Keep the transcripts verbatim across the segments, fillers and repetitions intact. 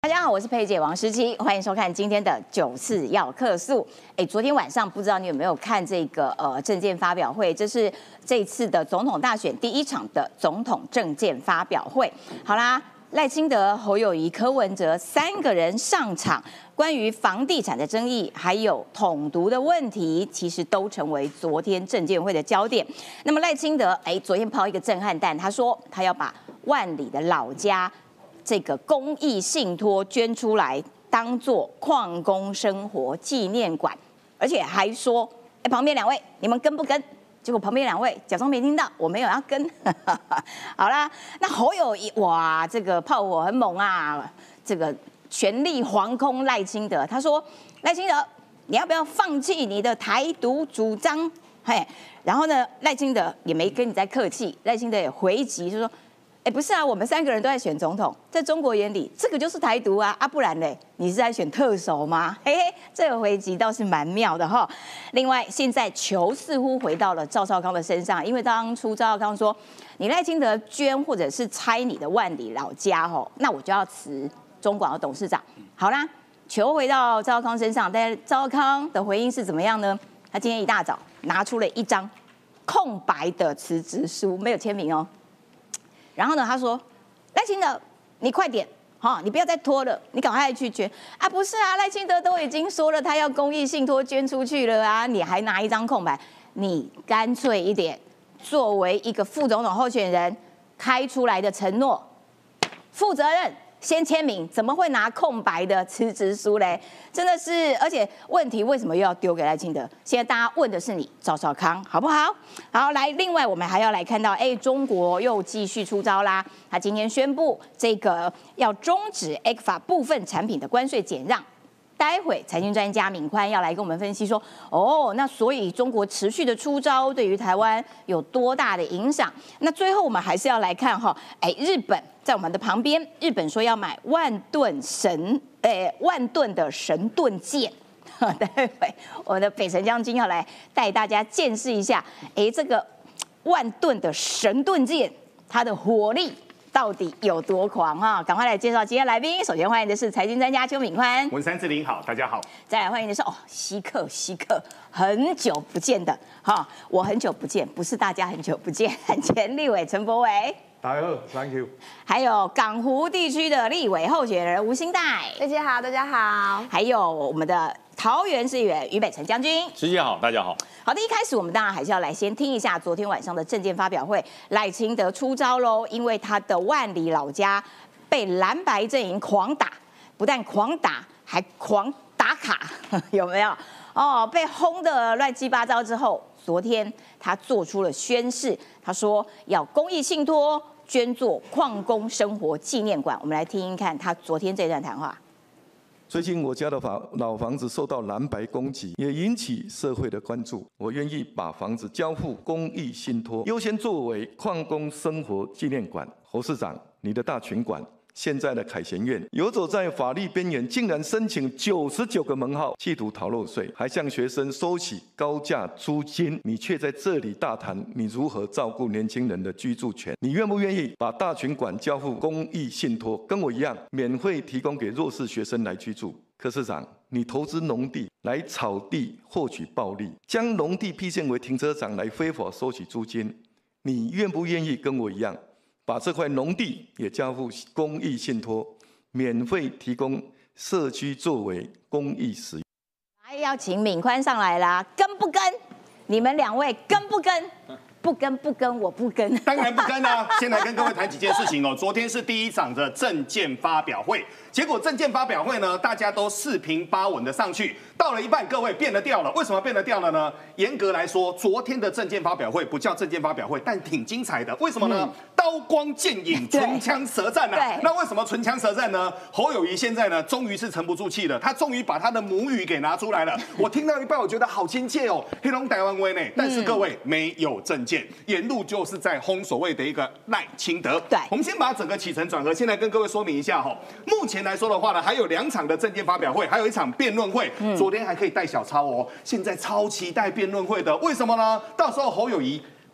大家好，我是佩姐王诗琪，欢迎收看今天的九四要客诉。哎，昨天晚上不知道你有没有看这个呃政见发表会？这是这一次的总统大选第一场的总统政见发表会。好啦，赖清德、侯友宜、柯文哲三个人上场，关于房地产的争议，还有统独的问题，其实都成为昨天政见会的焦点。那么赖清德哎，昨天抛一个震撼弹，他说他要把万里的老家这个公益信托捐出来，当做矿工生活纪念馆，而且还说，哎，旁边两位你们跟不跟？结果旁边两位假装没听到，我没有要跟。好啦，那侯友宜哇，这个炮火很猛啊，这个全力惶恐赖清德。他说，赖清德，你要不要放弃你的台独主张？嘿，然后呢，赖清德也没跟你再客气，赖清德也回击，就说。哎，不是啊，我们三个人都在选总统，在中国眼里，这个就是台独啊，啊，不然嘞，你是在选特首吗？嘿嘿，这个回击倒是蛮妙的哈。另外，现在球似乎回到了赵少康的身上，因为当初赵少康说，你赖清德捐或者是拆你的万里老家吼，那我就要辞中广的董事长。好啦，球回到赵少康身上，但是赵少康的回应是怎么样呢？他今天一大早拿出了一张空白的辞职书，没有签名哦。然后呢，他说：“赖清德，你快点，哈、哦，你不要再拖了，你赶快去捐啊！不是啊，赖清德都已经说了，他要公益信托捐出去了啊，你还拿一张空白，你干脆一点，作为一个副总统候选人开出来的承诺，负责任。”先签名，怎么会拿空白的辞职书嘞？真的是，而且问题为什么又要丢给赖清德？现在大家问的是你赵少康，好不好？好，来，另外我们还要来看到，哎，中国又继续出招啦！他今天宣布这个要终止 E C F A 部分产品的关税减让。待会财经专家敏宽要来跟我们分析说，哦，那所以中国持续的出招对于台湾有多大的影响？那最后我们还是要来看哈，哎，日本在我们的旁边，日本说要买万吨神，哎，万吨的神盾舰。待会我的北辰将军要来带大家见识一下，哎，这个万吨的神盾舰它的火力到底有多狂哈？赶快来介绍今天来宾。首先欢迎的是财经专家邱敏宽， 文山志玲好，大家好。 再来欢迎的是哦，稀客稀客，很久不见的哈，我很久不见，不是大家很久不见，前立委陈柏惟。 大家好 ，Thank you。 还有港湖地区的立委候选人吴欣岱， 大家好，大家好。 还有我们的桃园市议员于北辰将军， 师姐好，大家好。 好的，一开始我们当然还是要来先听一下昨天晚上的政见发表会，赖清德出招喽，因为他的万里老家被蓝白阵营狂打，不但狂打，还狂打卡，有没有？哦，被轰得乱七八糟之后，昨天他做出了宣誓，他说要公益信托捐作矿工生活纪念馆。我们来听听看他昨天这段谈话。 最近我家的房老房子受到蓝白攻击，也引起社会的关注。我愿意把房子交付公益信托，优先作为矿工生活纪念馆。侯市长，你的大群馆。现在的凯旋院游走在法律边缘，竟然申请九十九个门号，企图逃漏税，还向学生收取高价租金。你却在这里大谈你如何照顾年轻人的居住权。你愿不愿意把大群馆交付公益信托，跟我一样免费提供给弱势学生来居住？柯市长，你投资农地来炒地获取暴利，将农地批建为停车场来非法收取租金，你愿不愿意跟我一样把这块农地也交付公益信托，免费提供社区作为公益使用？ 来，要请敏宽上来啦，跟不跟？你们两位跟不跟？不跟不跟，我不跟。 当然不跟啊！先来跟各位谈几件事情哦。昨天是第一场的政见发表会，结果政见发表会呢，大家都四平八稳的上去，到了一半，各位变了调了。为什么变了调了呢？严格来说，昨天的政见发表会不叫政见发表会，但挺精彩的。为什么呢？嗯、刀光剑影，唇枪舌战啊！那为什么唇枪舌战呢？侯友宜现在呢，终于是沉不住气了，他终于把他的母语给拿出来了。我听到一半，我觉得好亲切哦，黑龙台湾威呢。但是各位、嗯、没有政见。沿路就是在轰所谓的一个赖清德。 对， 我们先把整个起承转合，先来跟各位说明一下哈。目前来说的话呢，还有两场的政见发表会，还有一场辩论会。嗯、昨天还可以带小抄哦，现在超期待辩论会的，为什么呢？到时候侯友宜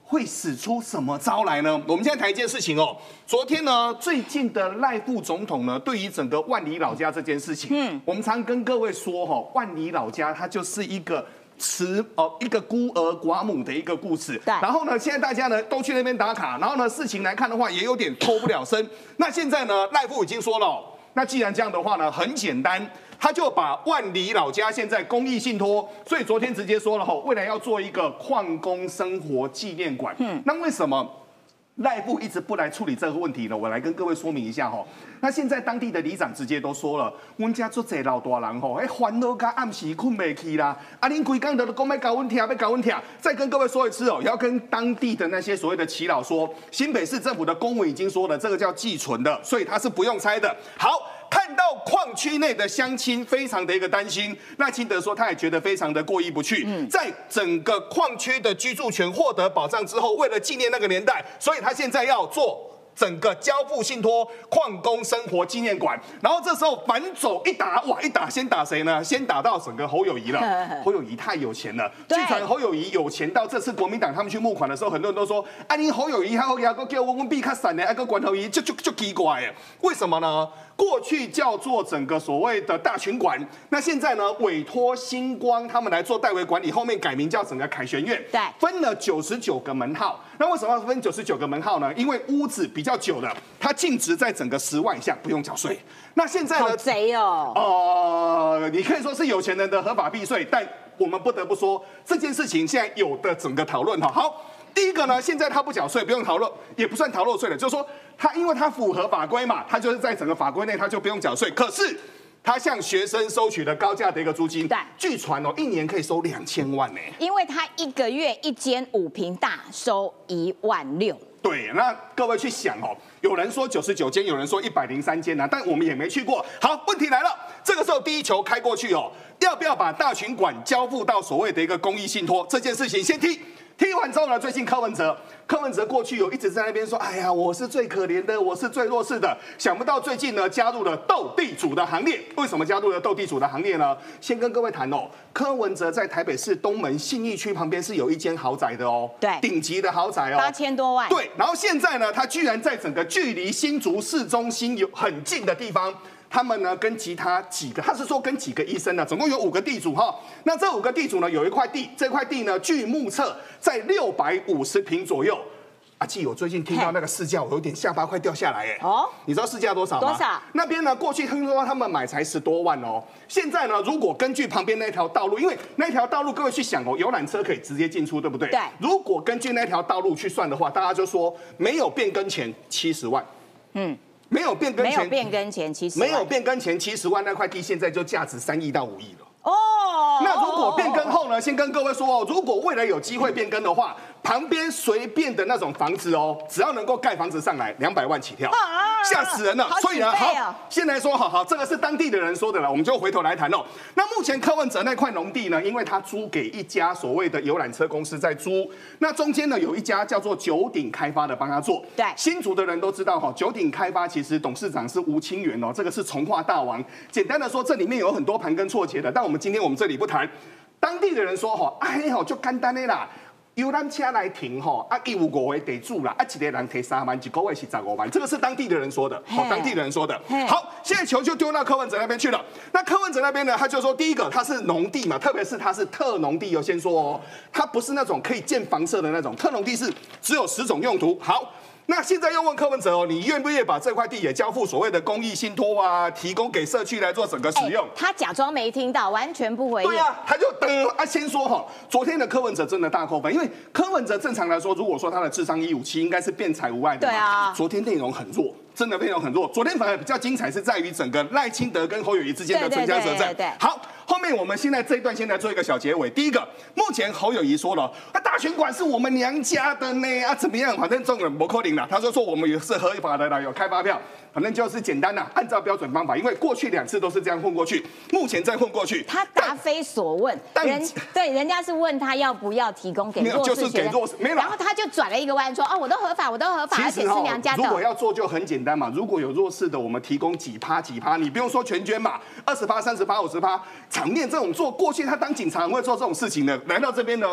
会使出什么招来呢？我们现在谈一件事情哦。昨天呢，最近的赖副总统呢，对于整个万里老家这件事情，嗯，我们常跟各位说哈、哦，万里老家它就是一个慈哦一个孤儿寡母的一个故事。 对。 然后呢，现在大家呢都去那边打卡，然后呢，事情来看的话，也有点脱不了身。那现在呢，赖副已经说了、哦，那既然这样的话呢，很简单。他就把万里老家现在公益信托，所以昨天直接说了吼，未来要做一个矿工生活纪念馆。嗯，那为什么赖副一直不来处理这个问题呢？我来跟各位说明一下吼。那现在当地的里长直接都说了，阮家做侪老大人吼，哎，烦恼到暗时困袂去啦。啊，恁规工都讲要搞阮听，要搞阮听。再跟各位说一次哦，要跟当地的那些所谓的耆老说，新北市政府的公文已经说了，这个叫寄存的，所以它是不用拆的。好。看到矿区内的乡亲非常的一个担心，赖清德说他也觉得非常的过意不去。嗯，在整个矿区的居住权获得保障之后，为了纪念那个年代，所以他现在要做整个交付信托矿工生活纪念馆。然后这时候反走一打，哇，一打先打谁呢？先打到整个侯友宜了。侯友宜太有钱了，据传侯友宜有钱到这次国民党他们去募款的时候，很多人都说，啊，你侯友宜还有牙哥叫我们比较散的，啊个管侯友宜就就就奇怪哎，为什么呢？过去叫做整个所谓的大群馆，那现在呢委托星光他们来做代为管理，后面改名叫整个凯旋苑， 对， 分了九十九个门号。那为什么要分九十九个门号呢？因为屋子比较久了，它净值在整个十万以下不用缴税。那现在呢？ 好贼哦！ 哦、呃，你可以说是有钱人的合法避税，但我们不得不说这件事情现在有的整个讨论哈。好。第一个呢，现在他不缴税，不用逃漏，也不算逃漏税了，就是说他因为他符合法规嘛，他就是在整个法规内他就不用缴税。可是他向学生收取的高价的一个租金， 对， 据传哦，一年可以收两千万呢。 因为他一个月一间五坪大收一万六。 对，那各位去想哦，有人说九十九间，有人说一百零三间呢，但我们也没去过。好，问题来了，这个时候第一球开过去哦，要不要把大群馆交付到所谓的一个公益信托这件事情先踢？踢完之后呢，最近柯文哲，柯文哲过去有一直在那边说，哎呀，我是最可怜的，我是最弱势的。想不到最近呢，加入了斗地主的行列。为什么加入了斗地主的行列呢？先跟各位谈哦，柯文哲在台北市东门信义区旁边是有一间豪宅的哦， 对， 顶级的豪宅哦， 八千多万。 对，然后现在呢，他居然在整个距离新竹市中心有很近的地方。他们呢跟其他几个，他是说跟几个医生呢，总共有五个地主哈。那这五个地主呢，有一块地，这块地呢，据目测在六百五十坪左右。阿纪，我最近听到那个市价，我有点下巴快掉下来哎。哦，你知道市价多少吗？ 多少？ 那边呢，过去听说他们买才十多万哦。现在呢，如果根据旁边那条道路，因为那条道路各位去想哦，游览车可以直接进出，对不对？ 对。 如果根据那条道路去算的话，大家就说没有变更前七十万。嗯。没有变更前， 没有变更前七十， 没有变更前七十万那块地，现在就价值三亿到五亿了。哦，那如果变更后呢？先跟各位说哦，如果未来有机会变更的话，旁边随便的那种房子哦，只要能够盖房子上来，两百万起跳，吓死人了。所以呢，好，先来说，好好，这个是当地的人说的了，我们就回头来谈哦。那目前柯文哲那块农地呢，因为他租给一家所谓的游览车公司在租，那中间呢有一家叫做九鼎开发的帮他做。 对， 新竹的人都知道哈，九鼎开发其实董事长是吴清源哦，这个是从化大王。简单的说，这里面有很多盘根错节的，但我们今天我们这里不谈。当地的人说哈，哎吼就简单的啦。由咱车来停吼，啊，伊有五个地主啦，啊，一个人提三万，一个月是十五万，这个是当地的人说的，好，当地的人说的。好，现在球就丢到柯文哲那边去了。那柯文哲那边呢，他就说，第一个他是农地嘛，特别是他是特农地，有先说哦，他不是那种可以建房舍的那种，特农地是只有十种用途。好。那现在又问柯文哲哦，你愿不愿意把这块地也交付所谓的公益信托啊，提供给社区来做整个使用？ 欸、他假装没听到，完全不回应。 对啊，他就噔啊，先说哈，昨天的柯文哲真的大扣分，因为柯文哲正常来说，如果说他的智商一五七，应该是辩才无碍的嘛。 对啊， 昨天内容很弱。真的内容很弱，昨天反而比较精彩，是在于整个赖清德跟侯友宜之间的唇枪舌战。好，后面我们现在这一段先来做一个小结尾。第一个，目前侯友宜说了，啊，大群馆是我们娘家的呢，啊，怎么样？反正这种人不扣零了，他就说我们也是合法的啦，有开发票，反正就是简单的按照标准方法，因为过去两次都是这样混过去，目前再混过去。 他答非所问，人对人家是问他要不要提供给弱势就是给弱势，没有， 然后他就转了一个弯说，哦，我都合法，我都合法，而且是娘家的。 如果要做就很简单嘛，如果有弱是的，我们提供几趴几趴，你不用说全捐嘛，二十趴、三十趴、五十趴，场面这种做，过去他当警察很会做这种事情的，来到这边呢，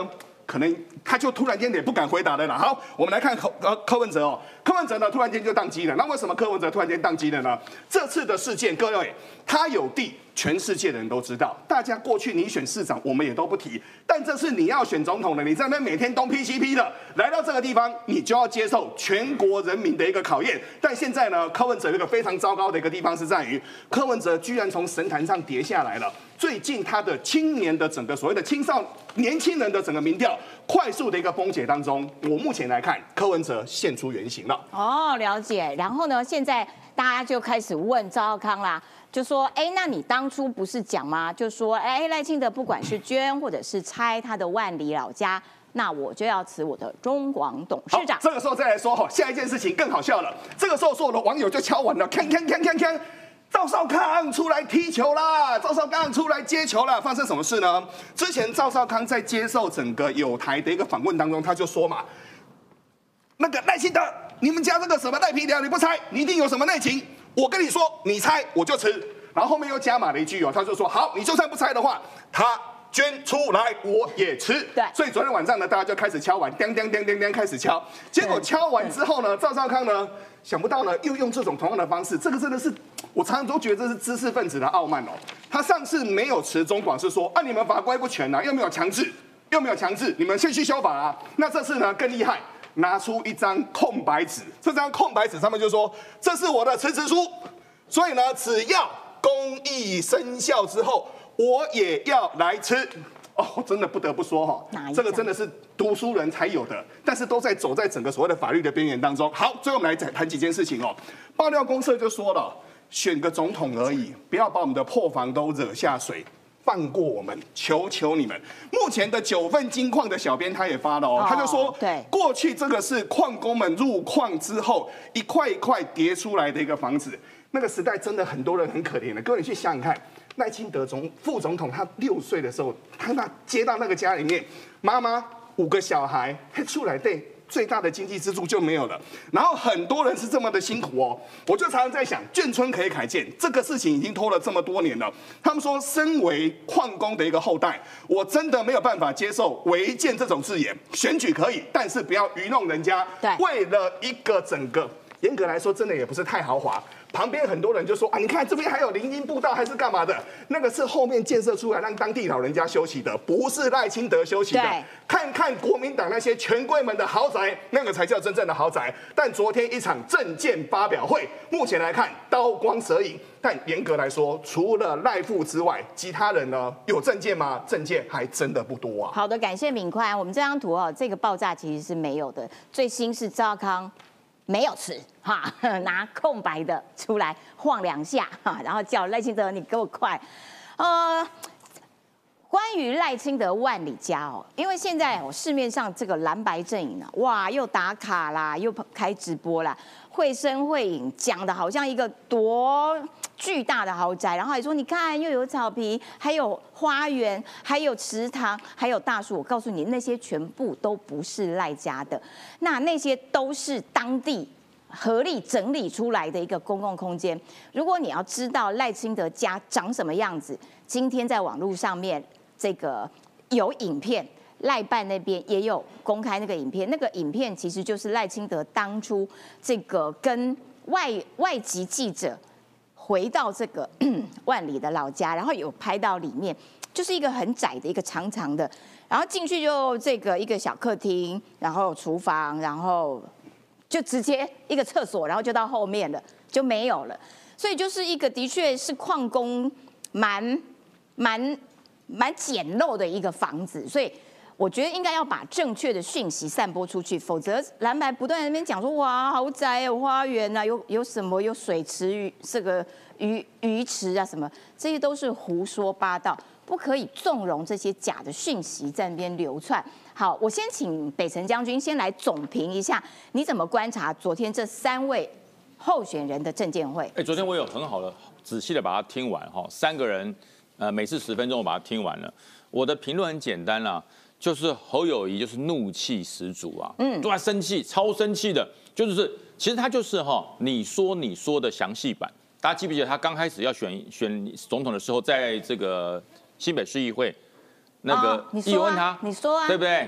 可能他就突然间也不敢回答了啦。好，我们来看柯呃柯文哲哦，柯文哲呢突然间就宕机了。那为什么柯文哲突然间宕机了呢？这次的事件，各位他有地，全世界的人都知道。大家过去你选市长，我们也都不提，但这次你要选总统了，你在那边每天东批西批的，来到这个地方，你就要接受全国人民的一个考验。但现在呢，柯文哲有一个非常糟糕的一个地方是在于，柯文哲居然从神坛上跌下来了。最近他的青年的整个所谓的青少年轻人的整个民调快速的一个崩解当中，我目前来看，柯文哲现出原形了。 哦，了解。然后呢，现在大家就开始问赵少康啦，就说，哎，那你当初不是讲吗？就说，哎，赖清德不管是捐或者是拆他的万里老家，那我就要辞我的中广董事长。 这个时候再来说哈，下一件事情更好笑了。这个时候所有的网友就敲完了，锵锵锵锵锵。赵少康出来踢球啦！赵少康出来接球啦！发生什么事呢？之前赵少康在接受整个友台的一个访问当中，他就说嘛，那个赖清德，你们家这个什么赖皮寮你不拆，你一定有什么内情。我跟你说，你拆我就吃。然后后面又加码了一句哦，他就说好，你就算不拆的话，他捐出来我也吃。 对， 所以昨天晚上呢，大家就开始敲完，叮叮叮叮叮开始敲。结果敲完之后呢，赵少康呢，想不到呢，又用这种同样的方式，这个真的是。我常常都觉得这是知识分子的傲慢哦。他上次没有持中广是说啊，你们法规不全啊，又没有强制，又没有强制，你们先去修法啊。那这次呢更厉害，拿出一张空白纸，这张空白纸上面就说这是我的辞职书，所以呢只要公益生效之后，我也要来吃。哦，真的不得不说哈，这个真的是读书人才有的，但是都在走在整个所谓的法律的边缘当中。好，最后我们来谈几件事情哦。爆料公社就说了。选个总统而已，不要把我们的破防都惹下水，放过我们，求求你们。目前的九份金矿的小编他也发了哦，他就说， 对， 过去这个是矿工们入矿之后一块一块叠出来的一个房子，那个时代真的很多人很可怜的。各位你去想想看，赖清德总副总统他六岁的时候，他那接到那个家里面，妈妈五个小孩，他出来对。最大的经济支柱就没有了，然后很多人是这么的辛苦哦，我就常常在想，眷村可以改建这个事情已经拖了这么多年了。他们说，身为矿工的一个后代，我真的没有办法接受违建这种字眼。选举可以，但是不要愚弄人家。 对， 为了一个整个，严格来说，真的也不是太豪华。旁边很多人就说啊，你看这边还有林荫步道，还是干嘛的？那个是后面建设出来让当地老人家休息的，不是赖清德休息的。看看国民党那些权贵们的豪宅，那个才叫真正的豪宅。但昨天一场政见发表会，目前来看刀光蛇影。但严格来说，除了赖副之外，其他人呢有政见吗？政见还真的不多啊。 好的，感谢敏宽。我们这张图哦，这个爆炸其实是没有的。最新是赵康。没有吃哈，拿空白的出来晃两下哈，然后叫赖清德你给我快。呃，关于赖清德万里家哦，因为现在哦市面上这个蓝白阵营啊，哇又打卡啦，又开直播啦，绘声绘影讲的好像一个多巨大的豪宅，然后还说你看又有草皮，还有花园，还有池塘，还有大树。我告诉你，那些全部都不是赖家的，那那些都是当地合力整理出来的一个公共空间。如果你要知道赖清德家长什么样子，今天在网络上面这个有影片。赖办那边也有公开那个影片，那个影片其实就是赖清德当初这个跟外外籍记者回到这个万里的老家，然后有拍到里面，就是一个很窄的一个长长的，然后进去就这个一个小客厅，然后厨房，然后就直接一个厕所，然后就到后面了，就没有了。所以就是一个的确是矿工蛮蛮蛮简陋的一个房子，所以。我觉得应该要把正确的讯息散播出去，否则蓝白不断在那边讲说哇豪宅有花园啊，有有什么有水池鱼这个鱼鱼池啊什么，这些都是胡说八道，不可以纵容这些假的讯息在那边流窜。好，我先请北辰将军先来总评一下，你怎么观察昨天这三位候选人的政见会？ 哎，昨天我有很好的仔细的把它听完哈，三个人呃每次十分钟我把它听完了，我的评论很简单啦。就是侯友宜就是怒气十足啊，嗯，都在生气，超生气的，就是其实他就是哈，你说你说的详细版，大家记不记得他刚开始要选选总统的时候，在这个新北市议会那个议员问他， 你说啊， 对不对？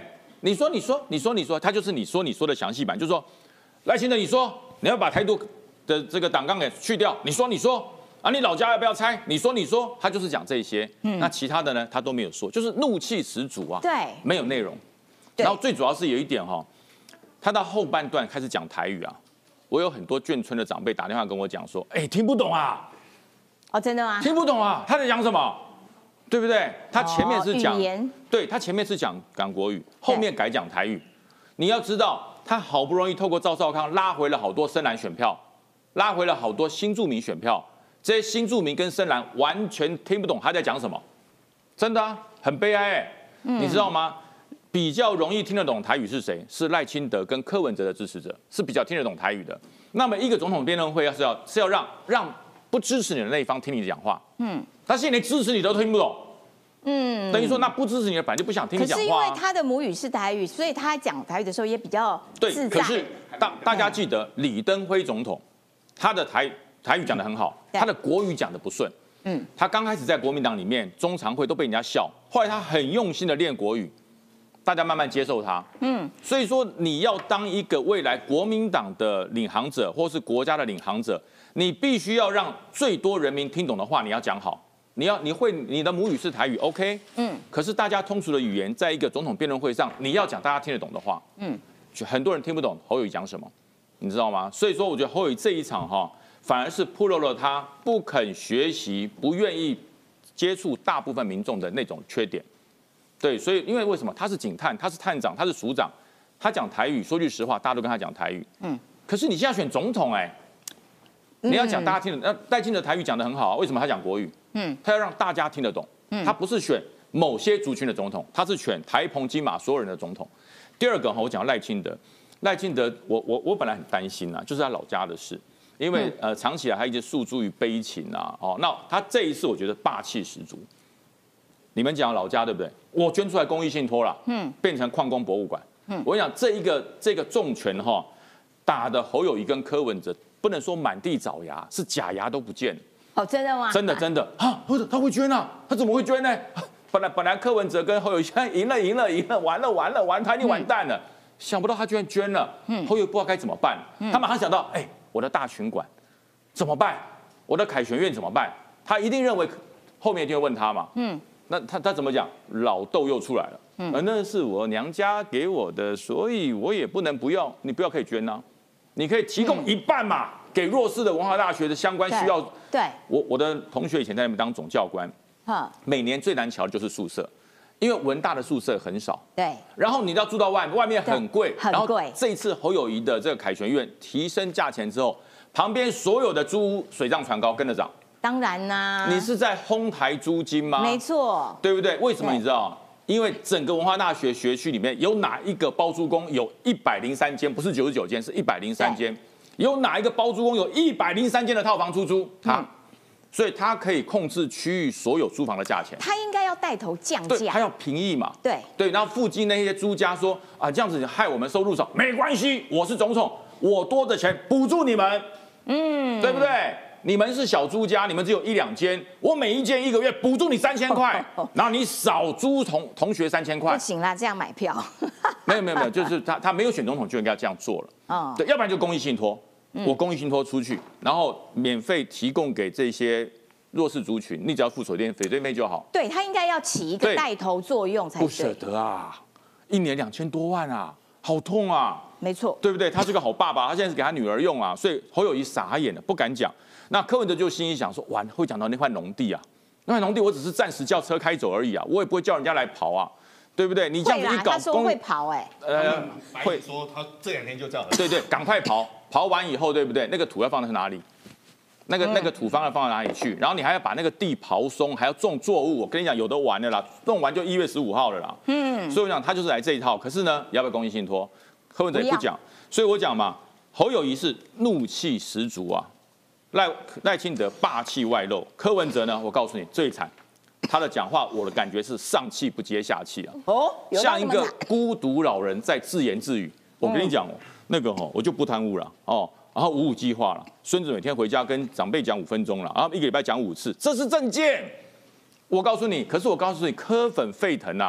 你说你说你说你说，他就是你说你说的详细版，就是说赖清德，你说你要把台独的这个党纲给去掉，你说你说啊，你老家要不要拆？你说你说，他就是讲这些。嗯，那其他的呢，他都没有说，就是怒气十足啊。 对， 没有内容。然后最主要是有一点哈，他到后半段开始讲台语啊，我有很多眷村的长辈打电话跟我讲说，哎，听不懂啊。 哦，真的吗？ 听不懂啊，他在讲什么？对不对？他前面是讲， 哦、 对他前面是讲港国语，后面改讲台语。你要知道，他好不容易透过赵少康拉回了好多深蓝选票，拉回了好多新住民选票。这些新住民跟深蓝完全听不懂他在讲什么，真的啊，很悲哀哎、欸。嗯、你知道吗？比较容易听得懂台语是谁？是赖清德跟柯文哲的支持者，是比较听得懂台语的。那么一个总统辩论会要是要是要让让不支持你的那一方听你讲话，嗯，他现在连支持你都听不懂，嗯，等于说那不支持你的本来就不想听你讲话、啊。 可是因为他的母语是台语，所以他讲台语的时候也比较自在。 对，可是大大家记得李登辉总统，他的台台语讲得很好，他的国语讲得不顺。嗯，他刚开始在国民党里面中常会都被人家笑，后来他很用心的练国语，大家慢慢接受他。嗯，所以说你要当一个未来国民党的领航者，或是国家的领航者，你必须要让最多人民听懂的话，你要讲好。你要你会你的母语是台语 ，OK？ 嗯，可是大家通俗的语言，在一个总统辩论会上，你要讲大家听得懂的话，嗯，很多人听不懂侯友宜讲什么，你知道吗？所以说，我觉得侯友宜这一场哈，反而是暴露了他不肯学习、不愿意接触大部分民众的那种缺点。对，所以因为为什么他是警探，他是探长，他是署长，他讲台语，说句实话，大家都跟他讲台语，嗯，可是你现在选总统哎、欸，你要讲大家听得，那赖清德台语讲得很好啊，为什么他讲国语？嗯，他要让大家听得懂，嗯，他不是选某些族群的总统，他是选台澎金马所有人的总统。第二个哈，我讲赖清德，赖清德，我我我本来很担心啊，就是他老家的事，因为、嗯、呃长期以来他一直诉诸于悲情啊，哦，那他这一次我觉得霸气十足。你们讲老家对不对？我捐出来公益信托了，嗯，变成矿工博物馆，嗯，我跟你讲这一个这个重拳哈，打的侯友宜跟柯文哲不能说满地找牙，是假牙都不见。 哦，真的吗？ 真的真的啊！他会捐啊？他怎么会捐呢？本来本来柯文哲跟侯友宜现在赢了赢了赢了，完了完了完，他已经完蛋了。嗯、想不到他居然捐了，嗯、侯友宜不知道该怎么办。嗯、他马上想到，哎、欸，我的大群馆怎么办？我的凯旋院怎么办？他一定认为后面一定会问他嘛。嗯，那他他怎么讲？老豆又出来了。嗯，而那是我娘家给我的，所以我也不能不要。你不要可以捐啊，你可以提供一半嘛。嗯，给弱势的文化大学的相关需要， 对， 我我的同学以前在那边当总教官，每年最难瞧的就是宿舍，因为文大的宿舍很少， 对， 然后你要住到外面，外面很贵， 很贵。 这一次侯友宜的这个凯旋院提升价钱之后，旁边所有的租屋水涨船高，跟着涨。 当然啦、啊， 你是在哄抬租金吗？ 没错， 对不对？为什么你知道？因为整个文化大学学区里面有哪一个包租公有一百零三间，不是九十九间，是一百零三间。有哪一个包租公有一百零三间的套房出租？他，嗯、所以他可以控制区域所有租房的价钱。 他应该要带头降价， 他要平抑嘛。 对对，然后附近那些租家说啊，这样子害我们收入少，没关系，我是总统，我多的钱补助你们，嗯，对不对？你们是小租家，你们只有一两间，我每一间一个月补助你三千块，然后你少租同同学三千块。 不行啦，这样买票。 没有没有没有，就是他他没有选总统就应该这样做了。哦，对，要不然就公益信托。我公益信托出去，然后免费提供给这些弱势族群，你只要付水电水电费就好。 对，他应该要起一个带头作用才对。 不舍得啊，一年两千多万啊，好痛啊！ 没错， 对不对？他是个好爸爸，他现在是给他女儿用啊，所以侯友宜傻眼了，不敢讲。那柯文哲就心里想说，完会讲到那块农地啊，那块农地我只是暂时叫车开走而已啊，我也不会叫人家来刨啊。对不对？你这样子一搞， 他说会刨哎， 呃，会说他这两天就这样。 对对，赶快刨，刨完以后，对不对？那个土要放在哪里？那个、嗯、那个土方要放到哪里去？然后你还要把那个地刨松，还要种作物。我跟你讲，有的完了啦，种完就一月十五号了啦。嗯，所以我讲他就是来这一套。可是呢，要不要公益信托？柯文哲也不讲。所以我讲嘛，侯友宜是怒气十足啊，赖赖清德霸气外露，柯文哲呢，我告诉你最惨。他的讲话，我的感觉是上气不接下气啊，哦，像一个孤独老人在自言自语。我跟你讲哦，那个哦，我就不贪污了哦，然后五五计划了，孙子每天回家跟长辈讲五分钟了，然后一个礼拜讲五次，这是政见。我告诉你，可是我告诉你，柯粉沸腾啊，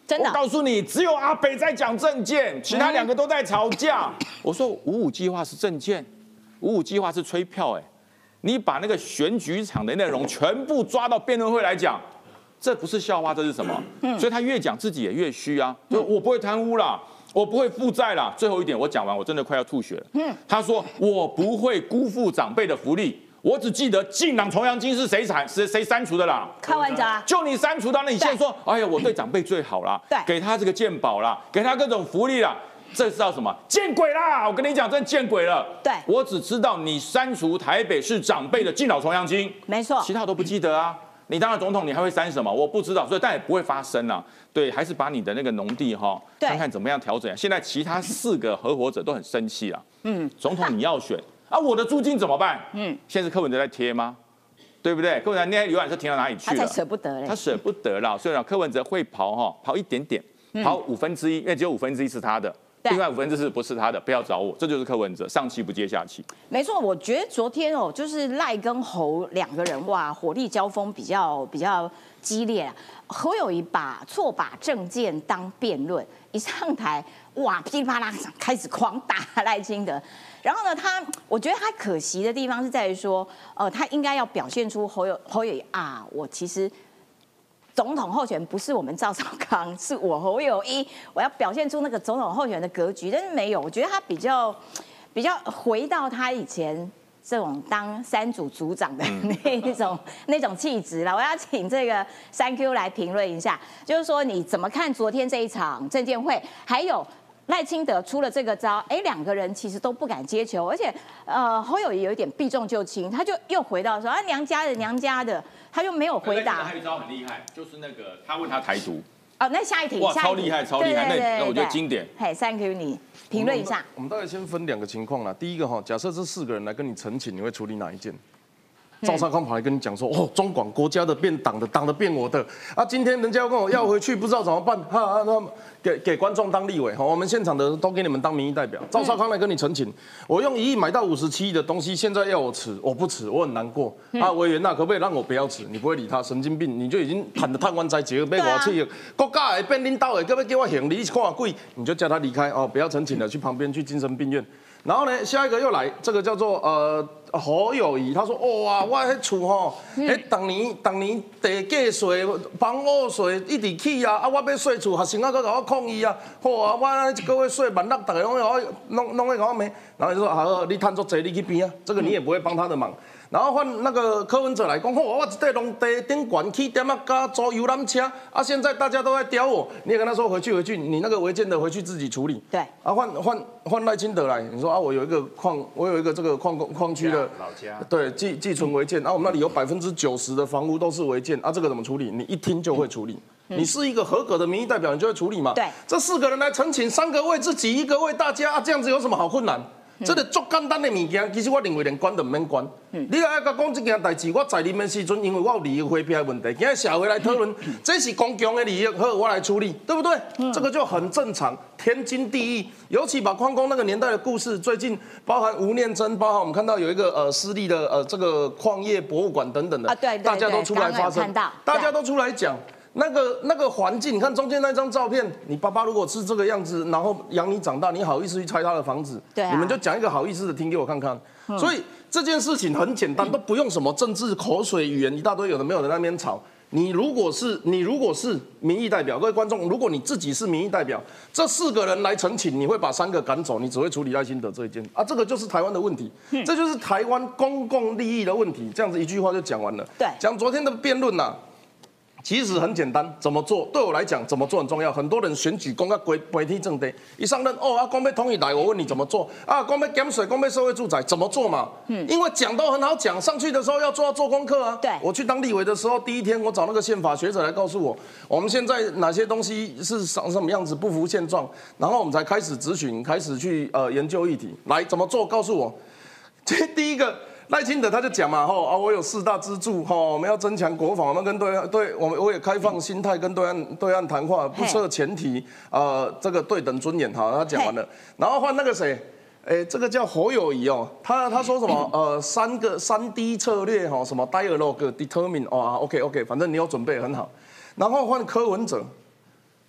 真的。 我告诉你，只有阿北在讲政见，其他两个都在吵架。我说五五计划是政见，五五计划是吹票，哎，你把那个选举场的内容全部抓到辩论会来讲。这不是笑话，这是什么？所以他越讲自己也越虚啊，就我不会贪污啦，我不会负债啦。最后一点我讲完，我真的快要吐血了。他说我不会辜负长辈的福利，我只记得进党重阳金是谁删谁谁删除的啦。 柯文哲啊， 就你删除的，那你现在说，哎呀，我对长辈最好啦， 对， 给他这个健保啦，给他各种福利啦。这是叫什么？见鬼啦！我跟你讲，真见鬼了。 对， 我只知道你删除台北市长辈的敬老重阳金， 没错， 其他我都不记得啊。你当了总统，你还会删什么？我不知道，所以但也不会发生啦。对，还是把你的那个农地哈，看看怎么样调整。现在其他四个合伙者都很生气啦。嗯，总统你要选啊，我的租金怎么办？嗯，现在是柯文哲在贴吗？对不对？柯文哲那些浏览车停到哪里去了？ 他才舍不得嘞， 他舍不得啦。所以呢，柯文哲会跑哈，跑一点点，跑五分之一，因为只有五分之一是他的。另外五分之四不是他的，不要找我，这就是柯文哲上气不接下气。 没错，我觉得昨天哦，就是赖跟侯两个人哇，火力交锋比较比较激烈啊。侯友宜把错把政见当辩论，一上台哇噼里啪啦开始狂打赖清德。然后呢，他我觉得他可惜的地方是在于说，呃，他应该要表现出侯友侯友宜啊，我其实。总统候选人不是我们赵少康，是我侯友宜，我要表现出那个总统候选人的格局，但是没有，我觉得他比较比较回到他以前这种当三组组长的那一种、嗯、那种气质了。我要请这个三 Q 来评论一下，就是说你怎么看昨天这一场政见会，还有。赖清德出了这个招，哎，两个人其实都不敢接球，而且，呃，侯友宜有一点避重就轻，他就又回到说啊娘家的娘家的，他就没有回答。 还有一招很厉害，就是那个他问他台独。 哦，那下一题， 哇，超厉害，超厉害，那那我觉得经典。 嘿 ，Thank you， 你评论一下。 我们大概先分两个情况啦，第一个哈，假设这四个人来跟你陈情，你会处理哪一件？赵少康跑来跟你讲说，哦，中广国家的变党的，党的变我的啊！今天人家要跟我要回去，不知道怎么办，哈，那给给观众当立委哈，我们现场的都给你们当民意代表。赵少康来跟你陈情，我用一亿买到五十七亿的东西，现在要我辞，我不辞，我很难过啊！委员呐，可不可以让我不要辞？你不会理他，神经病！你就已经谈得贪官灾劫，被我气，国家会变领导的，可不可以给我行？你看贵，你就叫他离开哦，不要陈情了，去旁边去精神病院。然后呢，下一个又来，这个叫做呃侯友宜，他说哇，我迄厝吼，迄当年当年地价税、房屋税一直起啊，啊我要税厝，学生啊搁甲我抗议啊，好啊，我一个月税万六，大家拢要我弄弄个甲我骂，然后就说好，你赚足济，你去边啊，这个你也不会帮他的忙。然后换那个柯文哲来讲，好，我一块农地顶悬起点啊，加租游览车啊，现在大家都在刁我，你也跟他说回去回去，你那个违建的回去自己处理。 对。 啊，换换换赖清德来，你说啊，我有一个矿，我有一个这个矿矿区的老家， 对，寄寄存违建，啊，我们那里有百分之九十的房屋都是违建，啊，这个怎么处理？你一听就会处理。嗯、你是一个合格的民意代表，你就会处理嘛。 对。 这四个人来陈情，三个为自己，一个为大家，啊，这样子有什么好困难？这个足简单的物件，其实我认为连管都唔免管。嗯、你来甲讲这件代志，我在任的时阵，因为我有利益回避的问题，今日社会来讨论，这是公共的利益，好，我来处理，对不对？嗯、这个就很正常，天经地义。尤其把矿工那个年代的故事，最近包含吴念真，包含我们看到有一个呃私立的呃这个矿业博物馆等等的， 啊、对对对， 大家都出来发声，大家都出来讲。那个那个环境，你看中间那张照片，你爸爸如果是这个样子，然后养你长大，你好意思去拆他的房子？对、啊，你们就讲一个好意思的听给我看看。嗯、所以这件事情很简单，都不用什么政治口水语言一大堆有的没有的那边吵。你如果是你如果是民意代表，各位观众，如果你自己是民意代表，这四个人来陈情，你会把三个赶走，你只会处理赖清德这一件啊，这个就是台湾的问题，嗯、这就是台湾公共利益的问题。这样子一句话就讲完了。 对， 讲昨天的辩论呐。其实很简单，怎么做对我来讲，怎么做很重要。很多人选举讲到鬼鬼天正地，一上任哦，啊，讲要统一来，我问你怎么做啊？讲要减税，讲要社会住宅，怎么做嘛？嗯，因为讲都很好讲，上去的时候要做要做功课啊。 对， 我去当立委的时候，第一天我找那个宪法学者来告诉我，我们现在哪些东西是什什么样子不符现状，然后我们才开始咨询，开始去呃研究议题，来怎么做，告诉我。这第一个。赖清德他就讲嘛，吼啊，我有四大支柱，吼，我们要增强国防，我们跟对对，我们我也开放心态跟对岸对岸谈话，不设前提，呃，这个对等尊严，好，他讲完了，然后换那个谁，哎，这个叫侯友宜哦，他他说什么？呃，三个三 D 策略，哈，什么 dialogue determine，哦 ，OK OK， 反正你有准备很好，然后换柯文哲。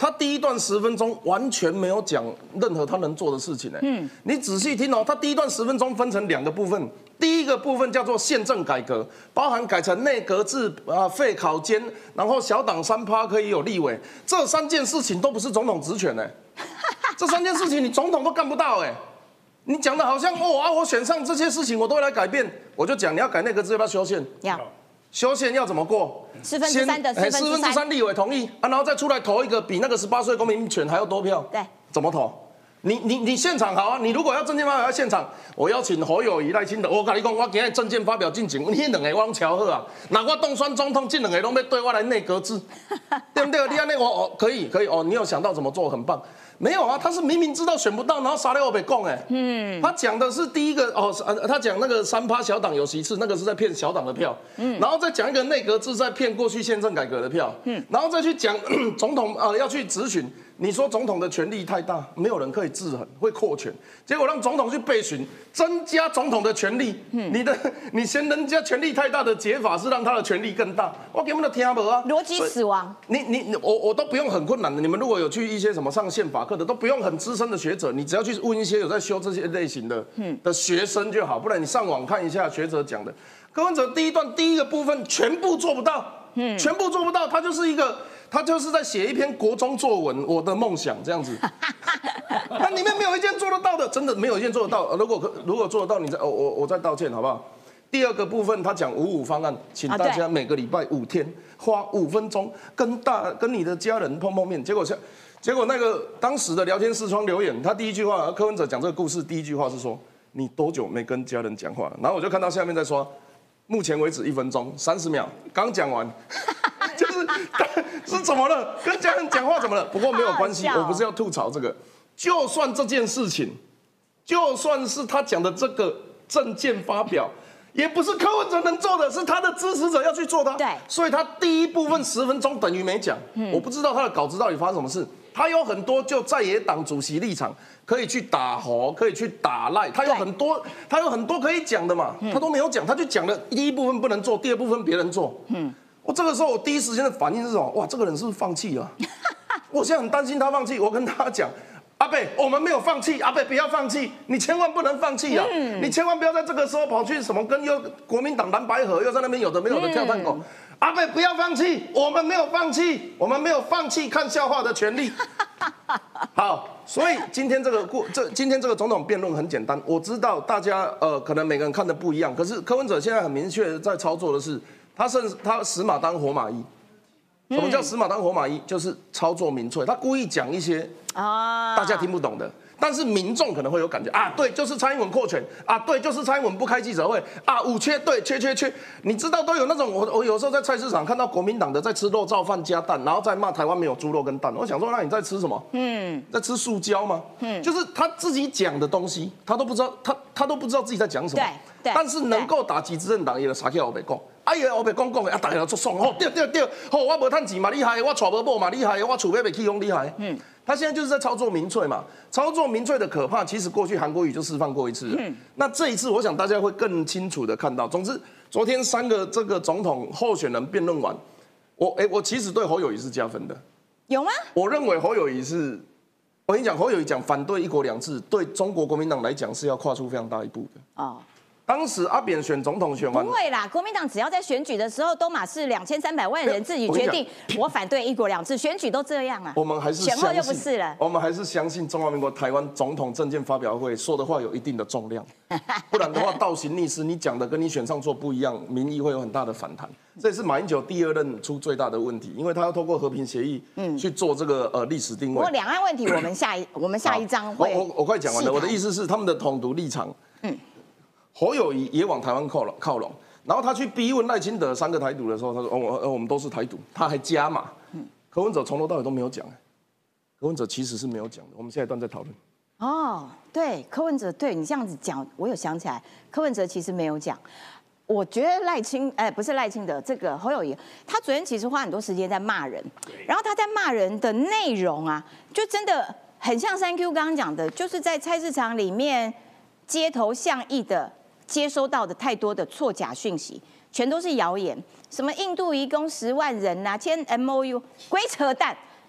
他第一段十分钟完全没有讲任何他能做的事情呢。嗯，你仔细听哦，他第一段十分钟分成两个部分，第一个部分叫做宪政改革，包含改成内阁制啊、废考监，然后小党三趴可以有立委，这三件事情都不是总统职权呢。这三件事情你总统都干不到哎。你讲的好像哦啊，我选上这些事情我都会来改变，我就讲你要改内阁制要不要修宪？ 要。 修宪要怎么过？ 四分之三的四分之三， 四分之三立委同意啊，然后再出来投一个比那个十八岁公民权还要多票。 对， 怎么投？你你你现场好啊！你如果要政见发表要现场，我邀请侯友宜、赖清德，我跟你讲，我今日政见发表进行，你两个我拢瞧好啊。那我当选总统，这两个拢要对我来内阁制，对不对？你安内我哦可以可以哦，你有想到怎么做，很棒。没有啊，他是明明知道选不到，然后傻了我被供哎。嗯，他讲的是第一个哦，他讲那个三趴小党有席次，那个是在骗小党的票。嗯，然后再讲一个内阁制在骗过去宪政改革的票。嗯，然后再去讲总统呃要去质询。你说总统的权力太大，没有人可以制衡，会扩权，结果让总统去备询，增加总统的权力。嗯，你的你嫌人家权力太大的解法是让他的权力更大，我根本都听不啊。 逻辑死亡。 你你我我都不用很困难的，你们如果有去一些什么上宪法课的，都不用很资深的学者，你只要去问一些有在修这些类型的嗯的学生就好，不然你上网看一下学者讲的。柯文哲第一段第一个部分全部做不到，嗯，全部做不到，他就是一个。他就是在写一篇国中作文，我的梦想这样子，那里面没有一件做得到的，真的没有一件做得到。如果如果做得到，你再我我我再道歉好不好？第二个部分他讲五五方案，请大家每个礼拜五天花五分钟跟大跟你的家人碰碰面。结果结果那个当时的聊天视窗留言，他第一句话，柯文哲讲这个故事，第一句话是说你多久没跟家人讲话了？然后我就看到下面在说，目前为止一分钟三十秒，刚讲完。就是是怎么了？跟家人讲话怎么了？不过没有关系，我不是要吐槽这个。就算这件事情，就算是他讲的这个政见发表，也不是柯文哲能做的，是他的支持者要去做的。 对， 所以他第一部分十分钟等于没讲。嗯，我不知道他的稿子到底发生什么事。他有很多就在野党主席立场，可以去打侯，可以去打赖，他有很多，他有很多可以讲的嘛，他都没有讲，他就讲了第一部分不能做，第二部分别人做。嗯。我这个时候，我第一时间的反应是什么？哇，这个人是不是放弃了？我现在很担心他放弃。我跟他讲，阿伯，我们没有放弃，阿伯不要放弃，你千万不能放弃啊！嗯、你千万不要在这个时候跑去什么跟又国民党蓝白合，又在那边有的没有的跳探狗。嗯、阿伯不要放弃，我们没有放弃，我们没有放弃看笑话的权利。好，所以今天这个过这今天这个总统辩论很简单，我知道大家呃可能每个人看的不一样，可是柯文哲现在很明确的在操作的是。他甚至他死马当活马医，什么叫死马当活马医？就是操作民粹，他故意讲一些啊大家听不懂的，但是民众可能会有感觉啊，对，就是蔡英文扩权啊，对，就是蔡英文不开记者会啊，五缺对缺缺缺，你知道都有那种我我有时候在菜市场看到国民党的在吃肉燥饭加蛋，然后再骂台湾没有猪肉跟蛋，我想说那你在吃什么？嗯，在吃塑胶吗？嗯，就是他自己讲的东西，他都不知道，他他都不知道自己在讲什么。 对对， 但是能够打击执政党，也就傻起来我别讲。哎呀，我别讲讲的，啊，大家都做爽哦，对对对，哦，我无趁钱嘛厉害，我娶无某嘛厉害，我厝买不起用厉害。嗯，他现在就是在操作民粹嘛，操作民粹的可怕，其实过去韩国瑜就示范过一次了。嗯，那这一次我想大家会更清楚的看到。总之，昨天三个这个总统候选人辩论完，我哎，我其实对侯友宜是加分的。 有吗？ 我认为侯友宜是，我跟你讲，侯友宜讲反对一国两制，对中国国民党来讲是要跨出非常大一步的。哦。当时阿扁选总统选完， 不会啦，国民党只要在选举的时候都马是两千三百万人自己决定，我反对一国两制，选举都这样啊。 我们还是选后就不是了。 我们还是相信中华民国台湾总统政见发表会说的话有一定的重量，不然的话倒行逆施，你讲的跟你选上做不一样，民意会有很大的反弹。这也是马英九第二任出最大的问题，因为他要透过和平协议去做这个呃历史定位。不过两岸问题，我们下一我们下一章会我我我快讲完了，我的意思是他们的统独立场，嗯。侯友宜也往台湾靠拢，靠拢，然后他去逼问赖清德三个台独的时候，他说：“哦，我我们都是台独。”他还加码。嗯，柯文哲从头到尾都没有讲，柯文哲其实是没有讲的。我们下一段再讨论。 哦，对，柯文哲，对你这样子讲，我有想起来，柯文哲其实没有讲。我觉得赖清，哎，不是赖清德，这个侯友宜，他昨天其实花很多时间在骂人，然后他在骂人的内容啊，就真的很像三 Q 刚刚讲的，就是在菜市场里面街头巷议的。接收到的太多的错假讯息，全都是谣言。什么印度移工十万人呐、啊，签 M O U， 鬼扯淡！